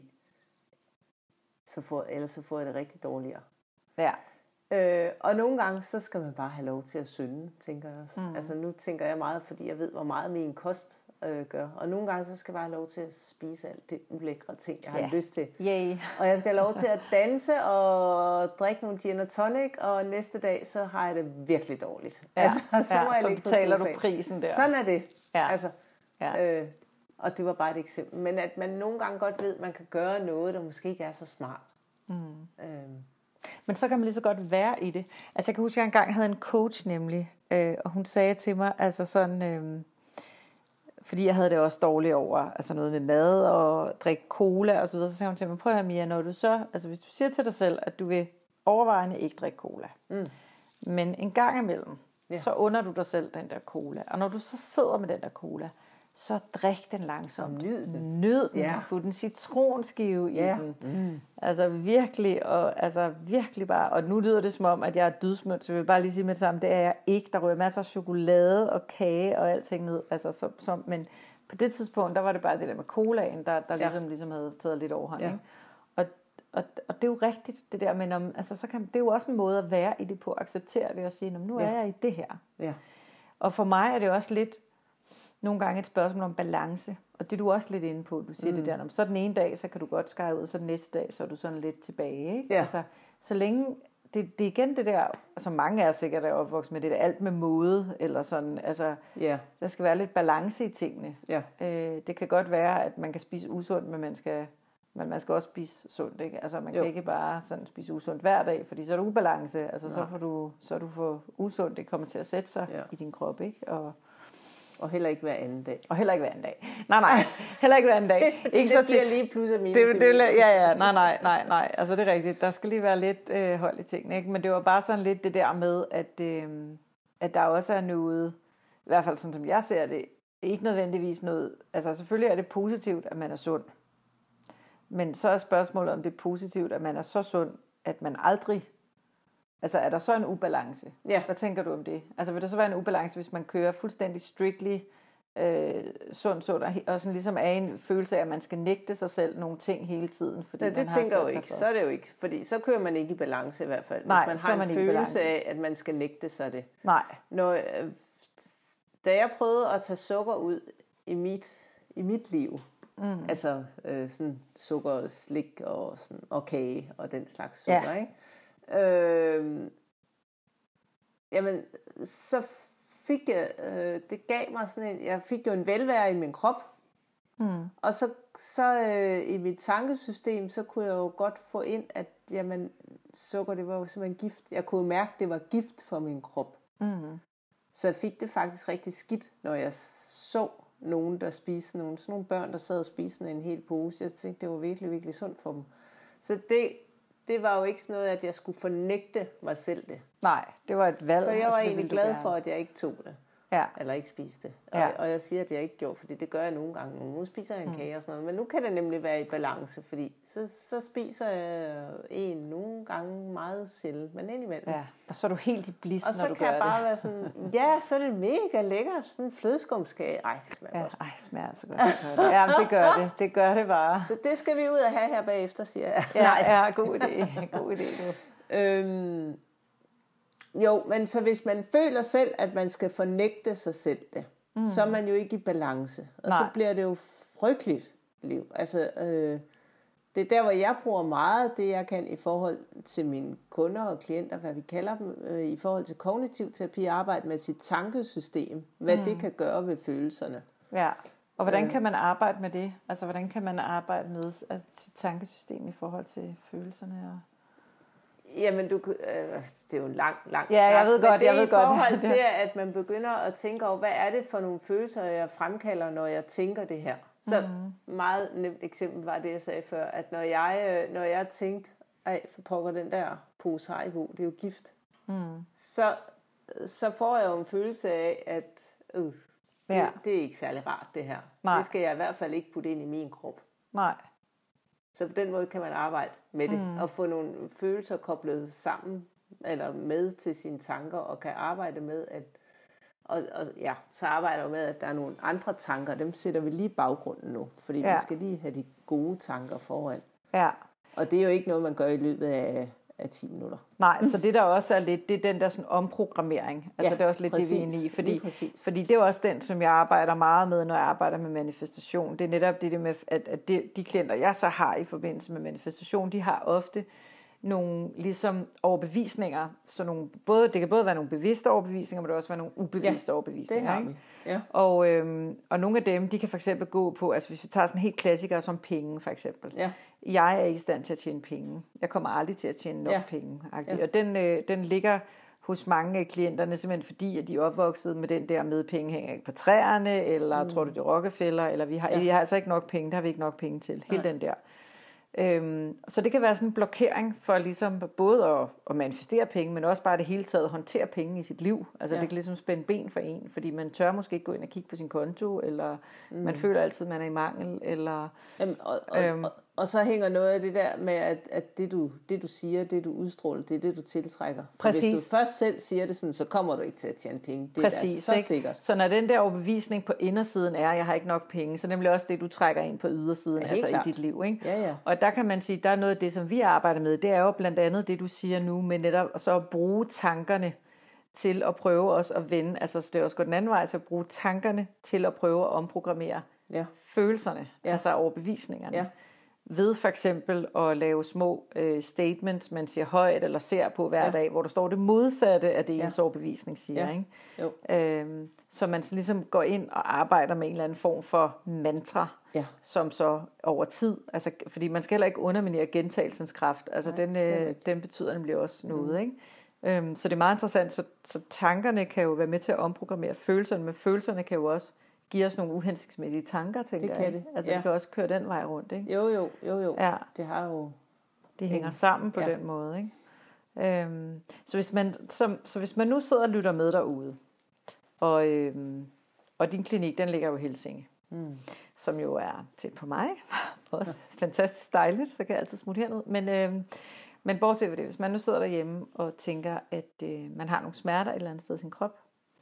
så får, ellers så får jeg det rigtig dårligere. Ja. Øh, og nogle gange, så skal man bare have lov til at synde, tænker jeg også. Mm. Altså nu tænker jeg meget, fordi jeg ved, hvor meget min kost øh, gør. Og nogle gange, så skal jeg bare have lov til at spise alt det ulækre ting, jeg har yeah. lyst til. Yay. Og jeg skal have lov til at danse og drikke nogle gin og tonic, og næste dag, så har jeg det virkelig dårligt. Ja. Altså, så ja, må jeg så ligge på betaler sofaen. Du prisen der. Sådan er det. Ja. Altså, ja. øh, og det var bare et eksempel. Men at man nogle gange godt ved, at man kan gøre noget, der måske ikke er så smart. Mm. Øhm. Men så kan man lige så godt være i det. Altså jeg kan huske, at jeg engang havde en coach nemlig, øh, og hun sagde til mig, altså sådan, øh, fordi jeg havde det også dårligt over, altså noget med mad og drikke cola og så videre, så sagde hun til mig, prøv at høre Mia, når du så, altså hvis du siger til dig selv, at du vil overvejende ikke drikke cola, mm. men en gang imellem, yeah. så under du dig selv den der cola, og når du så sidder med den der cola, så drik den langsomt. Nyd den. Nyd den. Yeah. Put en citronskive yeah. i den. Mm. Altså virkelig, og altså virkelig bare, og nu lyder det som om, at jeg er dydsmødt, så jeg vil bare lige sige med det samme, det er jeg ikke. Der ryger masser af chokolade og kage og alting ned. Altså, som, som, men på det tidspunkt, der var det bare det der med colaen, der, der ja. ligesom, ligesom havde taget lidt overhånd. Ja. Ikke? Og, og, og det er jo rigtigt, det der, men om, altså, så kan, det er jo også en måde at være i det på, at acceptere det og sige, nu er ja. jeg i det her. Ja. Og for mig er det også lidt, nogle gange et spørgsmål om balance, og det er du også lidt inde på, du siger mm. det der, så den ene dag, så kan du godt skære ud, så den næste dag, så er du sådan lidt tilbage, ikke? Ja. Altså, så længe, det, det er igen det der, altså mange er sikkert er opvokset med det der, alt med mode, eller sådan, altså, yeah. der skal være lidt balance i tingene. Yeah. Øh, det kan godt være, at man kan spise usundt, men man skal, men man skal også spise sundt, ikke? Altså, man jo. kan ikke bare sådan spise usundt hver dag, fordi så er der ubalance, altså, så får du, så er du for usundt, det kommer til at sætte sig yeah. i din krop, ikke? Og Og heller ikke hver anden dag. Og heller ikke hver anden dag. Nej, nej. Heller ikke hver anden dag. Ikke det så bliver til, lige plus og minus. Det, det, ja, ja. Nej, nej, nej, nej. Altså det er rigtigt. Der skal lige være lidt øh, hold i tingene. Ikke? Men det var bare sådan lidt det der med, at, øh, at der også er noget, i hvert fald sådan som jeg ser det, ikke nødvendigvis noget, altså selvfølgelig er det positivt, at man er sund. Men så er spørgsmålet, om det er positivt, at man er så sund, at man aldrig, altså er der så en ubalance? Ja. Hvad tænker du om det? Altså vil der så være en ubalance, hvis man kører fuldstændig strictly øh, sund, sund, og sådan ligesom er en følelse af, at man skal nægte sig selv nogle ting hele tiden? Fordi ja, det man tænker har jo ikke. Så er det jo ikke, fordi så kører man ikke i balance i hvert fald. Hvis Nej, man så har man en følelse af, at man skal nægte sig det. Nej. Når, øh, da jeg prøvede at tage sukker ud i mit, i mit liv, mm. altså øh, sådan sukker, slik og, sådan, og kage og den slags sukker, ja. ikke? Øh, jamen, så fik jeg, øh, det gav mig sådan en, jeg fik jo en velvære i min krop, Mm. Og så, så øh, i mit tankesystem, så kunne jeg jo godt få ind, at jamen, sukker, det var jo simpelthen gift. Jeg kunne mærke, at det var gift for min krop. Mm. Så jeg fik det faktisk rigtig skidt, når jeg så nogen, der spiste nogen, sådan nogle børn, der sad og spiste en hel pose. Jeg tænkte, det var virkelig, virkelig sundt for dem. Så det, det var jo ikke sådan noget, at jeg skulle fornægte mig selv det. Nej, det var et valg. For jeg var egentlig glad for, at jeg ikke tog det. Ja. Eller ikke spiste det. Og, ja. og jeg siger, at jeg ikke gjorde, fordi det gør jeg nogle gange. Nu spiser jeg en kage og sådan noget. Men nu kan det nemlig være i balance, fordi så, så spiser jeg en nogle gange meget sjældent, men indimellem. Ja. Og så er du helt i bliss, og når du gør det. Og så kan jeg bare være sådan, ja, så er det mega lækkert. Sådan en flødeskumskage. Ej, det smager ja, godt. Ej, det smager så godt. Det gør det. Ja, det gør det. Det gør det bare. Så det skal vi ud og have her bagefter, siger jeg. Ja, Nej. ja god idé. God idé, du. Øhm, Jo, men så hvis man føler selv, at man skal fornægte sig selv det, mm. så er man jo ikke i balance. Og Nej. så bliver det jo frygteligt liv. Altså, øh, det er der, hvor jeg bruger meget det, jeg kan i forhold til mine kunder og klienter, hvad vi kalder dem, øh, i forhold til kognitiv terapi, arbejde med sit tankesystem, hvad mm. det kan gøre ved følelserne. Ja, og hvordan kan man arbejde med det? Altså, hvordan kan man arbejde med altså, sit tankesystem i forhold til følelserne og... Jamen, du, øh, det er jo en lang, lang ja, jeg ved snak, godt, men det jeg er ved i forhold godt. til, at man begynder at tænke over, hvad er det for nogle følelser, jeg fremkalder, når jeg tænker det her. Så mm-hmm. meget nemt eksempel var det, jeg sagde før, at når jeg, når jeg tænkte, ej, for pokker den der pose Haribo, det er jo gift, mm. så, så får jeg jo en følelse af, at øh, det, ja. det er ikke særlig rart, det her. Nej. Det skal jeg i hvert fald ikke putte ind i min krop. Nej. Så på den måde kan man arbejde med det, mm. og få nogle følelser koblet sammen, eller med til sine tanker, og kan arbejde med, at, og, og ja, så arbejder jeg med, at der er nogle andre tanker, dem sætter vi lige i baggrunden nu, fordi ja. vi skal lige have de gode tanker foran. Ja. Og det er jo ikke noget, man gør i løbet af, af ti minutter. Nej, så det der også er lidt, det er den der sådan omprogrammering. Altså ja, det er også lidt præcis, det, vi er inde i. Fordi, fordi det er også den, som jeg arbejder meget med, når jeg arbejder med manifestation. Det er netop det med, at, at de, de klienter, jeg så har i forbindelse med manifestation, de har ofte nogle ligesom overbevisninger. Så nogle, både, det kan både være nogle bevidste overbevisninger, men det kan også være nogle ubevidste ja, overbevisninger. Det har vi. Ja. Og, øhm, og nogle af dem, de kan for eksempel gå på, altså hvis vi tager sådan en helt klassiker som penge for eksempel. Ja. Jeg er ikke i stand til at tjene penge. Jeg kommer aldrig til at tjene nok ja. penge. Ja. Og den, øh, den ligger hos mange af klienterne simpelthen fordi, at de er opvokset med den der med penge hænger ikke på træerne, eller mm. tror du det er Rockefeller, eller vi har, ja. vi har altså ikke nok penge, der har vi ikke nok penge til. Hele Nej. den der. Øhm, så det kan være sådan en blokering for ligesom både at, at manifestere penge, men også bare det hele taget håndtere penge i sit liv. Altså ja. det kan ligesom spænde ben for en, fordi man tør måske ikke gå ind og kigge på sin konto, eller mm. man føler altid, man er i mangel. Eller, Jamen, og, og, øhm, og, og så hænger noget af det der med, at, at det, du, det du siger, det du udstråler, det er det du tiltrækker. Præcis. Hvis du først selv siger det sådan, så kommer du ikke til at tjene penge. Det Præcis, er så ikke? sikkert. Så når den der overbevisning på indersiden er, at jeg har ikke nok penge, så er det nemlig også det, du trækker ind på ydersiden, ja, altså klart. i dit liv. Ikke? Ja, ja. Og der kan man sige, der er noget af det, som vi arbejder med, det er jo blandt andet det, du siger nu, med netop så at bruge tankerne til at prøve også at vende, altså det er også gået den anden vej, til at bruge tankerne til at prøve at omprogrammere ja. følelserne, ja. altså overbevisningerne. Ja. Ved for eksempel at lave små øh, statements, man siger højt eller ser på hver ja. dag, hvor der står det modsatte af det, ja. ens overbevisning siger. Ja. Ikke? Jo. Øhm, så man ligesom går ind og arbejder med en eller anden form for mantra, ja. som så over tid, altså, fordi man skal heller ikke underminere gentagelsens kraft, altså Nej, den, øh, den betyder nemlig også noget. Mm. Ikke? Øhm, så det er meget interessant, så, så tankerne kan jo være med til at omprogrammere følelserne, men følelserne kan jo også give os nogle uhensigtsmæssige tanker, tænker det kan jeg. det. Altså ja. det kan også køre den vej rundt, ikke? Jo, jo, jo, jo. Ja. Det har jo... Det hænger sammen på ja. den måde, ikke? Øhm, så, hvis man, så, så hvis man nu sidder og lytter med derude, og, øhm, og din klinik, den ligger jo i Helsinge, mm. som jo er tæt på mig, også fantastisk dejligt, så kan jeg altid smutte herned, men, øhm, men bortset fra det, hvis man nu sidder derhjemme og tænker, at øh, man har nogle smerter et eller andet sted i sin krop,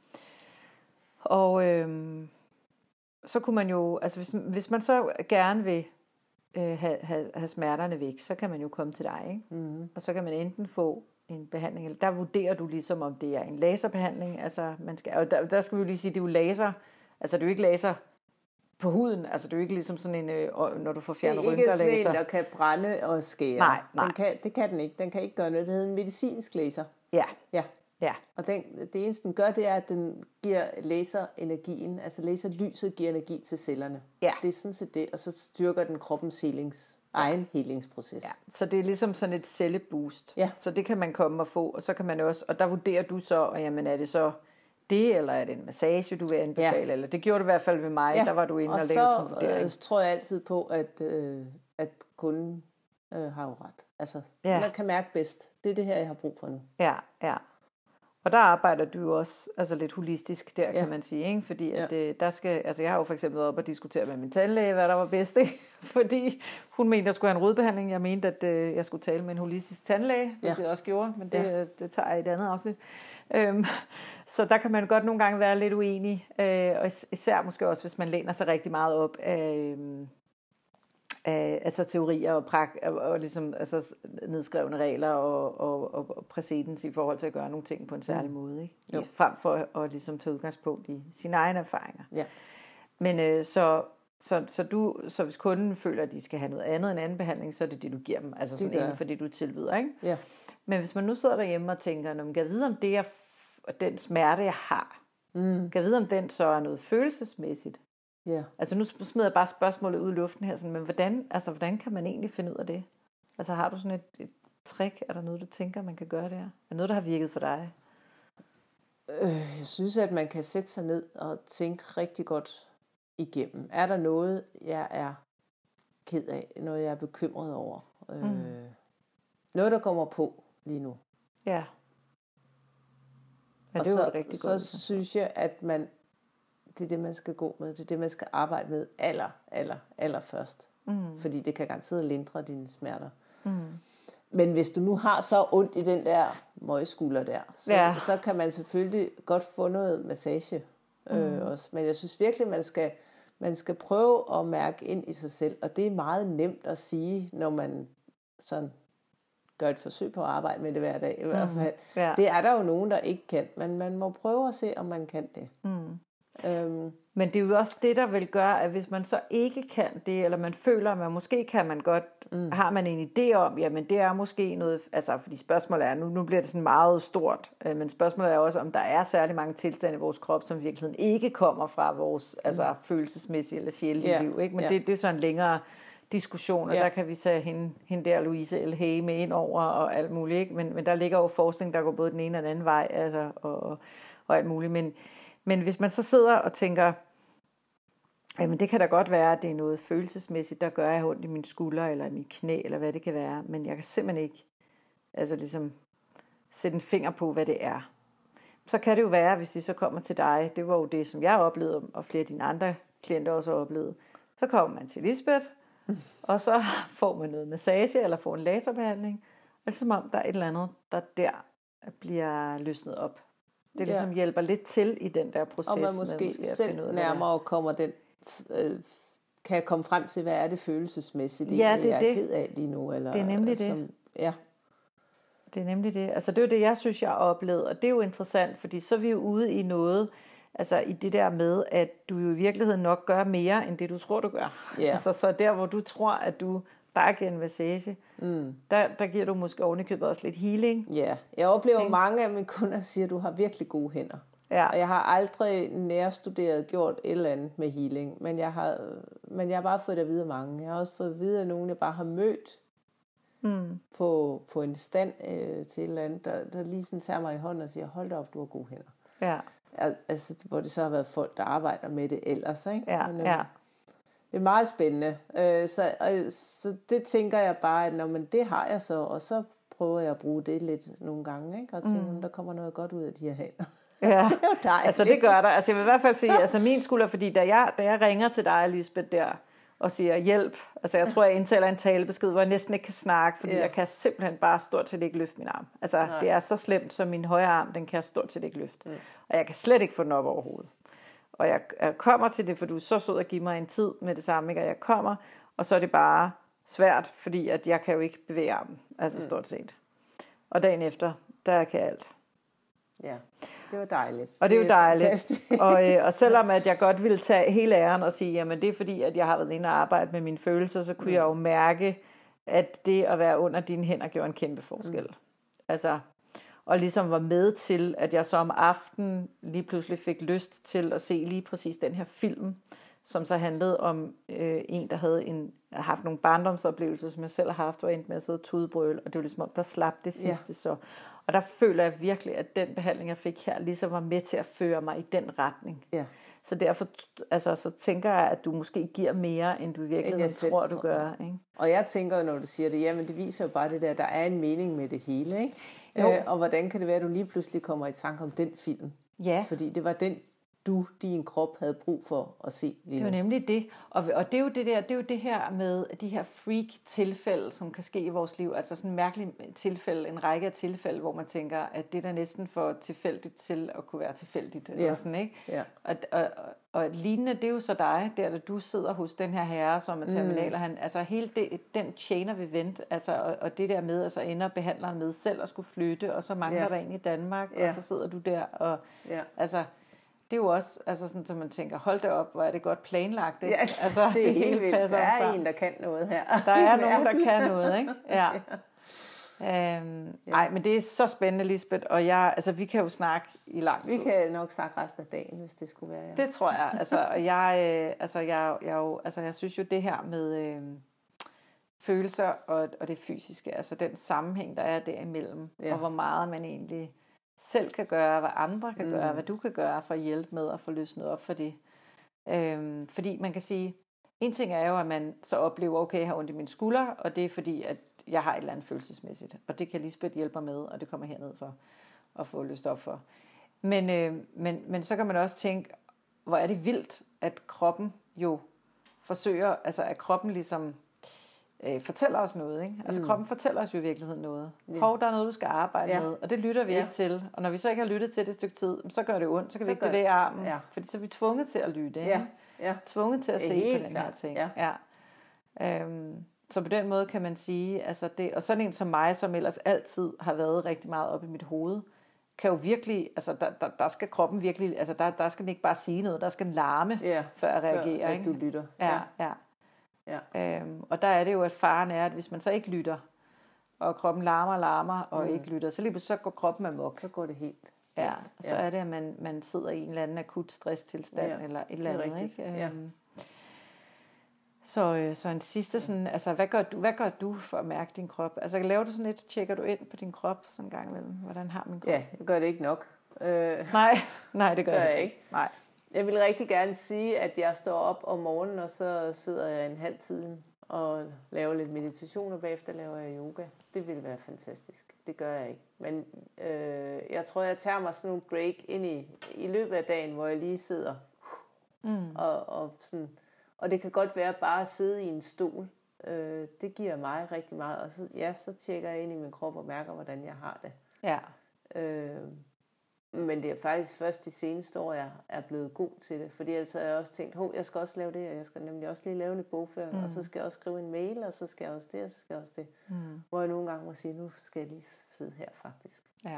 og... Øhm, så kunne man jo, altså hvis, hvis man så gerne vil øh, have, have, have smerterne væk, så kan man jo komme til dig, ikke? Mm. Og så kan man enten få en behandling, eller der vurderer du ligesom, om det er en laserbehandling, altså man skal, og der, der skal vi jo lige sige, det er jo laser, altså det er jo ikke laser på huden, altså det er jo ikke ligesom sådan en, øh, når du får fjernet rynker laser. Det er ikke sådan en, der kan brænde og skære. Nej, nej. Den kan, det kan den ikke, den kan ikke gøre noget, det hedder en medicinsk laser. Ja. Ja. Ja. Og den, det eneste, den gør, det er, at den giver laserenergien, altså laserlyset giver energi til cellerne. Ja. Det er sådan set det, og så styrker den kroppens helings, egen helingsproces. Ja. Så det er ligesom sådan et celleboost. Ja. Så det kan man komme og få, og så kan man også, og der vurderer du så, og jamen er det så det, eller er det en massage, du vil anbefale, ja. Eller det gjorde du i hvert fald ved mig, ja. Der var du inde og, og lave sådan en vurdering. Og så øh, tror jeg altid på, at, øh, at kunden øh, har jo ret. Altså, ja. Man kan mærke bedst, det er det her, jeg har brug for nu. Ja, ja. Og der arbejder du jo også altså lidt holistisk der, ja. Kan man sige, ikke? Fordi at ja. det, der skal, altså jeg har jo for eksempel været op og diskutere med min tandlæge, hvad der var bedst, ikke? Fordi hun mente, at jeg skulle have en rodbehandling. Jeg mente, at øh, jeg skulle tale med en holistisk tandlæge, hvilket ja. Jeg også gjorde, men det, ja. det tager jeg i et andet afsnit. Øhm, så der kan man godt nogle gange være lidt uenig, øh, og især måske også, hvis man læner sig rigtig meget op af, øh, af altså teorier og, prak, og, og ligesom, altså nedskrevne regler og, og, og, og præcedens i forhold til at gøre nogle ting på en særlig mm. måde, ikke? I, frem for at, at ligesom tage udgangspunkt i sine egne erfaringer. Ja. Men øh, så, så, så, du, så hvis kunden føler, at de skal have noget andet end anden behandling, så er det det, du giver dem, altså sådan inden for det, du tilbyder, ikke? Ja. Men hvis man nu sidder derhjemme og tænker, når man kan vide om det, jeg, den smerte, jeg har, mm. kan vide om den så er noget følelsesmæssigt. Yeah. Altså nu smider jeg bare spørgsmålet ud i luften her, sådan, men hvordan, altså, hvordan kan man egentlig finde ud af det? Altså har du sådan et, et trick? Er der noget, du tænker, man kan gøre der? Er der noget, der har virket for dig? Øh, jeg synes, at man kan sætte sig ned og tænke rigtig godt igennem. Er der noget, jeg er ked af? Noget, jeg er bekymret over? Øh, mm. Noget, der kommer på lige nu. Ja. Ja, og det er så, jo rigtig så godt. Så synes jeg, at man, det er det, man skal gå med. Det er det, man skal arbejde med aller, aller, aller først. Mm. Fordi det kan garanteret lindre dine smerter. Mm. Men hvis du nu har så ondt i den der møgskulder der, så, ja. så kan man selvfølgelig godt få noget massage mm. øh, også. Men jeg synes virkelig, man skal, man skal prøve at mærke ind i sig selv. Og det er meget nemt at sige, når man sådan gør et forsøg på at arbejde med det hver dag i hvert fald. Mm. Ja. Det er der jo nogen, der ikke kan. Men man må prøve at se, om man kan det. Mm. Øhm. Men det er jo også det, der vil gøre, at hvis man så ikke kan det, eller man føler, at man måske kan man godt, mm. har man en idé om, jamen det er måske noget, altså fordi spørgsmålet er, nu, nu bliver det sådan meget stort, øh, men spørgsmålet er også, om der er særlig mange tilstande i vores krop, som i virkeligheden ikke kommer fra vores mm. altså, følelsesmæssige eller sjældne yeah. liv, ikke? Men yeah. det, det er så en længere diskussion, og yeah. der kan vi tage hende, hende der, Louise L. Hay, med ind over og alt muligt, ikke? Men, men der ligger jo forskning, der går både den ene og den anden vej, altså, og, og, og alt muligt, men Men hvis man så sidder og tænker, jamen det kan da godt være, at det er noget følelsesmæssigt, der gør jeg ondt i mine skuldre, eller i mit knæ, eller hvad det kan være, men jeg kan simpelthen ikke altså ligesom sætte en finger på, hvad det er. Så kan det jo være, hvis de så kommer til dig, det var jo det, som jeg oplevede, og flere af dine andre klienter også har oplevet, så kommer man til Lisbeth, mm. og så får man noget massage, eller får en laserbehandling, og det er som om, der er et eller andet, der der bliver løsnet op. Det ligesom ja. hjælper lidt til i den der proces. Og man måske, måske selv nærmere kommer den, øh, kan komme frem til, hvad er det følelsesmæssigt, ja, det er jeg det. er ked af lige nu. Eller, det er nemlig som, det. Ja. Det er nemlig det. Altså det er jo det, jeg synes, jeg har oplevet. Og det er jo interessant, fordi så er vi jo ude i noget, altså i det der med, at du jo i virkeligheden nok gør mere, end det du tror, du gør. Yeah. Altså så der, hvor du tror, at du bare giver en massage, mm. der, der giver du måske ovenikøbet også lidt healing. Ja, yeah. Jeg oplever okay. mange af mine kunder siger, at du har virkelig gode hænder. Ja. Og jeg har aldrig nærstuderet gjort et eller andet med healing, men jeg har, men jeg har bare fået det at vide af mange. Jeg har også fået at vide af nogen, jeg bare har mødt mm. på, på en stand øh, til et eller andet, der, der lige sådan tager mig i hånden og siger, hold da op, du har gode hænder. Ja. Altså, hvor det så har været folk, der arbejder med det ellers, ikke? Ja, men, øh, ja. Det er meget spændende. Øh, så, og, så det tænker jeg bare, at når, men det har jeg så, og så prøver jeg at bruge det lidt nogle gange, ikke? Og tænker, mm. der kommer noget godt ud af de her hænder. Ja, det er jo altså det gør der. Altså jeg vil i hvert fald sige, altså min skulder, fordi da jeg, da jeg ringer til dig, Lisbeth, der, og siger hjælp, altså jeg tror, jeg indtaler en talebesked, hvor jeg næsten ikke kan snakke, fordi ja. jeg kan simpelthen bare stort set ikke løfte min arm. Altså Nej. det er så slemt, som min højre arm, den kan jeg stort set ikke løfte. Mm. Og jeg kan slet ikke få den op overhovedet. Og jeg, jeg kommer til det, for du er så sød at give mig en tid med det samme, ikke? Og jeg kommer, og så er det bare svært, fordi at jeg kan jo ikke bevæge armen, altså mm. stort set. Og dagen efter, der kan jeg alt. Ja, det var dejligt. Og det er jo dejligt. og, øh, og selvom at jeg godt ville tage hele æren og sige, jamen det er fordi, at jeg har været inde og arbejde med mine følelser, så kunne mm. jeg jo mærke, at det at være under dine hænder gjorde en kæmpe forskel. Mm. Altså, og ligesom var med til, at jeg så om aftenen lige pludselig fik lyst til at se lige præcis den her film, som så handlede om øh, en, der havde en, haft nogle barndomsoplevelser, som jeg selv har haft, hvor jeg endte med at sidde og tudebrøl, og det var ligesom om, der slap det sidste ja. så. Og der føler jeg virkelig, at den behandling, jeg fik her, ligesom var med til at føre mig i den retning. Ja. Så derfor altså, så tænker jeg, at du måske giver mere, end du virkelig tror, du gør. Ikke? Og jeg tænker jo, når du siger det, jamen det viser jo bare det der, der er en mening med det hele. Ikke? Øh, og hvordan kan det være, at du lige pludselig kommer i tanke om den film? Ja. Fordi det var den, du, din krop havde brug for at se lige Det var nemlig det. Og, og det er jo det der, det er jo det her med de her freak tilfælde, som kan ske i vores liv. Altså sådan en mærkelig tilfælde, en række af tilfælde, hvor man tænker, at det er da næsten for tilfældigt til at kunne være tilfældigt. Ja. Eller sådan, ikke? Ja. Og, og, og lignende, det er jo så dig, der da du sidder hos den her herre, som er terminal, mm. han, altså hele det, den tjener vi vent, altså, og, og det der med, altså ender behandleren med selv at skulle flytte, og så mangler ja. der en i Danmark, ja. og så sidder du der, og ja. altså... Det er jo også, altså sådan, så man tænker, hold da op, hvor er det godt planlagt. Ikke? Ja, altså, det er det helt vildt. Der er sammen. En, der kan noget her. Der er nogen, der kan noget, ikke? Ja. ja. Øhm, ja. Ej, men det er så spændende, Lisbeth, og jeg, altså, vi kan jo snakke i lang tid. Vi kan nok snakke resten af dagen, hvis det skulle være. Ja. Det tror jeg, altså, og jeg, øh, altså, jeg, jeg, jo, altså, jeg synes jo, det her med øh, følelser og, og det fysiske, altså den sammenhæng, der er derimellem, ja. og hvor meget man egentlig... selv kan gøre, hvad andre kan mm. gøre, hvad du kan gøre for at hjælpe med at få løsnet op for det. Øhm, fordi man kan sige, en ting er jo, at man så oplever, okay, jeg har ondt i mine skuldre, og det er fordi, at jeg har et eller andet følelsesmæssigt, og det kan Lisbeth hjælpe mig med, og det kommer herned for at få løst op for. Men, øh, men, men så kan man også tænke, hvor er det vildt, at kroppen jo forsøger, altså at kroppen ligesom øh, fortæller os noget, ikke? Altså mm. kroppen fortæller os jo i virkeligheden noget. Yeah. Hov, der er noget, du skal arbejde yeah. med, og det lytter vi yeah. ikke til. Og når vi så ikke har lyttet til det et stykke tid, så gør det ondt, så kan så vi ikke bevæge armen, ja. fordi så er vi tvunget til at lytte, ikke? Ja. Ja. Tvunget til at se på den klar. her ting. Ja. Ja. Øhm, så på den måde kan man sige, altså det, og sådan en som mig, som ellers altid har været rigtig meget op i mit hoved, kan jo virkelig, altså der, der, der skal kroppen virkelig, altså der, der skal den ikke bare sige noget, der skal den larme, ja, før at reagere. Før at ikke? du lytter. Ja, ja. ja. Øhm, og der er det jo, at faren er, at hvis man så ikke lytter, og kroppen larmer og larmer, og mm. ikke lytter, så lige så går kroppen amok. Så går det helt. Ja, og så ja. er det, at man, man sidder i en eller anden akut stresstilstand, ja, eller et eller andet, ikke? Ja. Øhm, Så, så en sidste sådan, altså hvad gør du, hvad gør du for at mærke din krop? Altså laver du sådan lidt, tjekker du ind på din krop sådan en gang imellem? Hvordan har min krop? Ja, jeg gør det ikke nok. Øh, nej, nej, det gør, gør jeg ikke. ikke. Nej. Jeg vil rigtig gerne sige, at jeg står op om morgenen, og så sidder jeg en halv time og laver lidt meditation, og bagefter laver jeg yoga. Det ville være fantastisk. Det gør jeg ikke. Men øh, jeg tror, jeg tager mig sådan nogle break ind i, i løbet af dagen, hvor jeg lige sidder mm. og, og sådan... Og det kan godt være bare at sidde i en stol. Øh, det giver mig rigtig meget. Og så, ja, så tjekker jeg ind i min krop og mærker, hvordan jeg har det. Ja. Øh, men det er faktisk først de seneste år, jeg er blevet god til det. Fordi ellers har jeg også tænkt, hov, jeg skal også lave det, og jeg skal nemlig også lige lave lidt bogføring, mm. og så skal jeg også skrive en mail, og så skal jeg også det, og så skal jeg også det. Mm. Hvor jeg nogle gange må sige, nu skal jeg lige sidde her faktisk. Ja.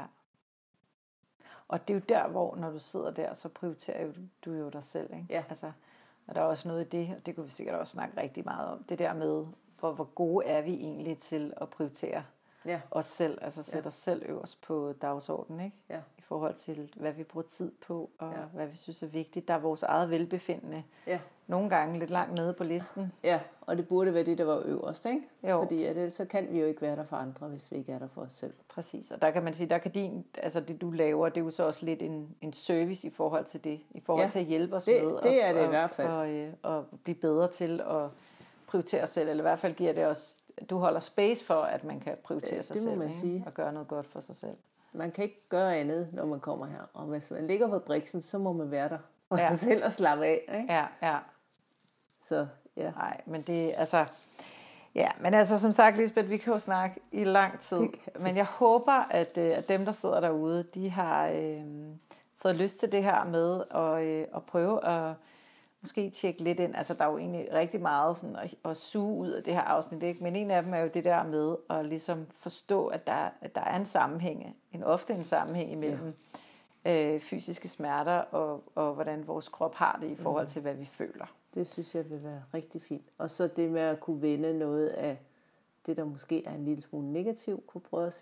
Og det er jo der, hvor når du sidder der, så prioriterer du jo dig selv, ikke? Ja. Altså, og der er også noget i det, og det kunne vi sikkert også snakke rigtig meget om, det der med, hvor, hvor gode er vi egentlig til at prioritere ja. os selv, altså sætte ja. os selv øverst på dagsordenen, ikke? Ja. I forhold til, hvad vi bruger tid på, og ja. hvad vi synes er vigtigt. Der er vores eget velbefindende, ja. nogle gange lidt langt nede på listen. Ja, og det burde være det, der var øverst, ikke? Jo. Fordi at ellers så kan vi jo ikke være der for andre, hvis vi ikke er der for os selv. Præcis, og der kan man sige, der kan din, altså det du laver, det er jo så også lidt en, en service i forhold til det, i forhold ja. til at hjælpe os det, med. Det er og, det og, i hvert fald. Og, og, og blive bedre til at prioritere os selv, eller i hvert fald giver det os, du holder space for, at man kan prioritere ja, sig selv, man sige. og gøre noget godt for sig selv. Man kan ikke gøre andet, når man kommer her, og hvis man ligger på briksen, så må man være der for ja. sig selv og slappe af, ikke? Ja, ja. Så, ja. Nej, men det, altså, ja, men altså, som sagt, Lisbeth, vi kan jo snakke i lang tid, men jeg håber, at, at dem, der sidder derude, de har øh, fået lyst til det her med at, øh, at prøve at måske tjekke lidt ind. Altså, der er jo egentlig rigtig meget sådan at, at suge ud af det her afsnit, ikke? Men en af dem er jo det der med at ligesom forstå, at der, at der er en sammenhæng, en ofte en sammenhæng imellem ja. øh, fysiske smerter og, og hvordan vores krop har det i forhold til, hvad vi føler. Det synes jeg vil være rigtig fint. Og så det med at kunne vende noget af det, der måske er en lille smule negativt, kunne prøve at se,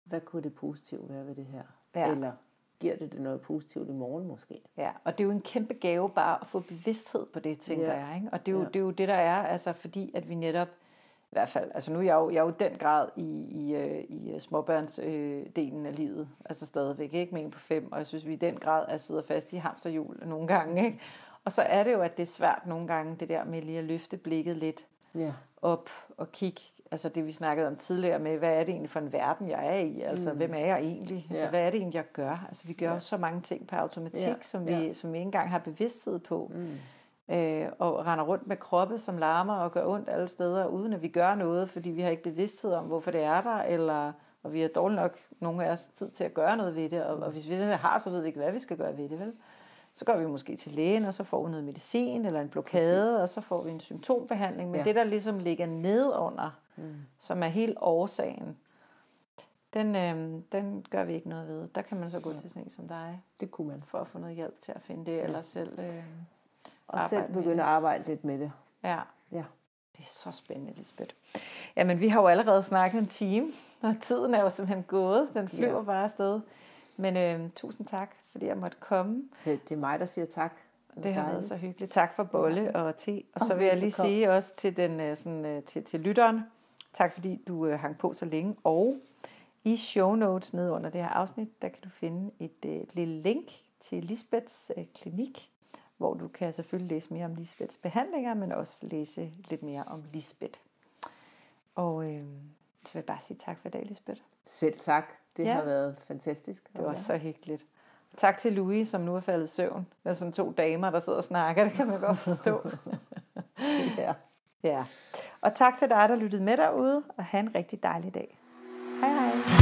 hvad kunne det positive være ved det her? Ja. Eller giver det det noget positivt i morgen måske? Ja, og det er jo en kæmpe gave bare at få bevidsthed på det, tænker Ja. jeg. Ikke? Og det er, jo, Ja. det er jo det, der er, altså fordi at vi netop, i hvert fald, altså nu er jeg jo, jeg er jo den grad i, i, øh, i småbørnsdelen øh, delen af livet, altså stadigvæk, ikke med en på fem, og jeg synes, vi i den grad er sidder fast i hamsterhjul nogle gange, ikke? Og så er det jo, at det er svært nogle gange, det der med lige at løfte blikket lidt Ja. op og kigge, altså det vi snakkede om tidligere med, hvad er det egentlig for en verden, jeg er i, altså mm. hvem er jeg egentlig, Ja. hvad er det egentlig, jeg gør, altså vi gør Ja. jo så mange ting på automatik, Ja. som, vi, Ja. som vi ikke engang har bevidsthed på, Mm. øh, og render rundt med kroppe, som larmer og gør ondt alle steder, uden at vi gør noget, fordi vi har ikke bevidsthed om, hvorfor det er der, eller, og vi har dårligt nok nogle af os tid til at gøre noget ved det, og, og hvis vi så har, så ved vi ikke, hvad vi skal gøre ved det, vel? Så går vi måske til lægen, og så får vi noget medicin, eller en blokade, Præcis. og så får vi en symptombehandling, men Ja. det, der ligesom ligger nedunder, Mm. som er helt årsagen, den, øh, den gør vi ikke noget ved. Der kan man så gå Ja. til sådan en som dig, Det kunne man. for at få noget hjælp til at finde det, eller selv øh, Og selv arbejde med begynde at arbejde lidt med det. Ja. Ja. Det er så spændende, Lisbeth. Jamen, vi har jo allerede snakket en time, og tiden er jo simpelthen gået. Den flyver Ja. bare afsted. Men øh, tusind tak, fordi jeg måtte komme. Det, det er mig, der siger tak. Det har været så hyggeligt. Tak for bolle og te. Og så Og vil jeg lige velbekomme. sige også til, den, øh, sådan, øh, til, til lytteren, tak fordi du øh, hang på så længe. Og i show notes nede under det her afsnit, der kan du finde et, øh, et lille link til Lisbeths øh, klinik, hvor du kan selvfølgelig læse mere om Lisbeths behandlinger, men også læse lidt mere om Lisbeth. Og øh, så vil jeg bare sige tak for i dag, Lisbeth. Selv tak. Det Ja. har været fantastisk. Det var så hyggeligt. Tak til Louis, som nu er faldet i søvn. Der er sådan to damer, der sidder og snakker. Det kan man godt forstå. Ja. Ja. Og tak til dig, der lyttede med derude, og have en rigtig dejlig dag. Hej hej.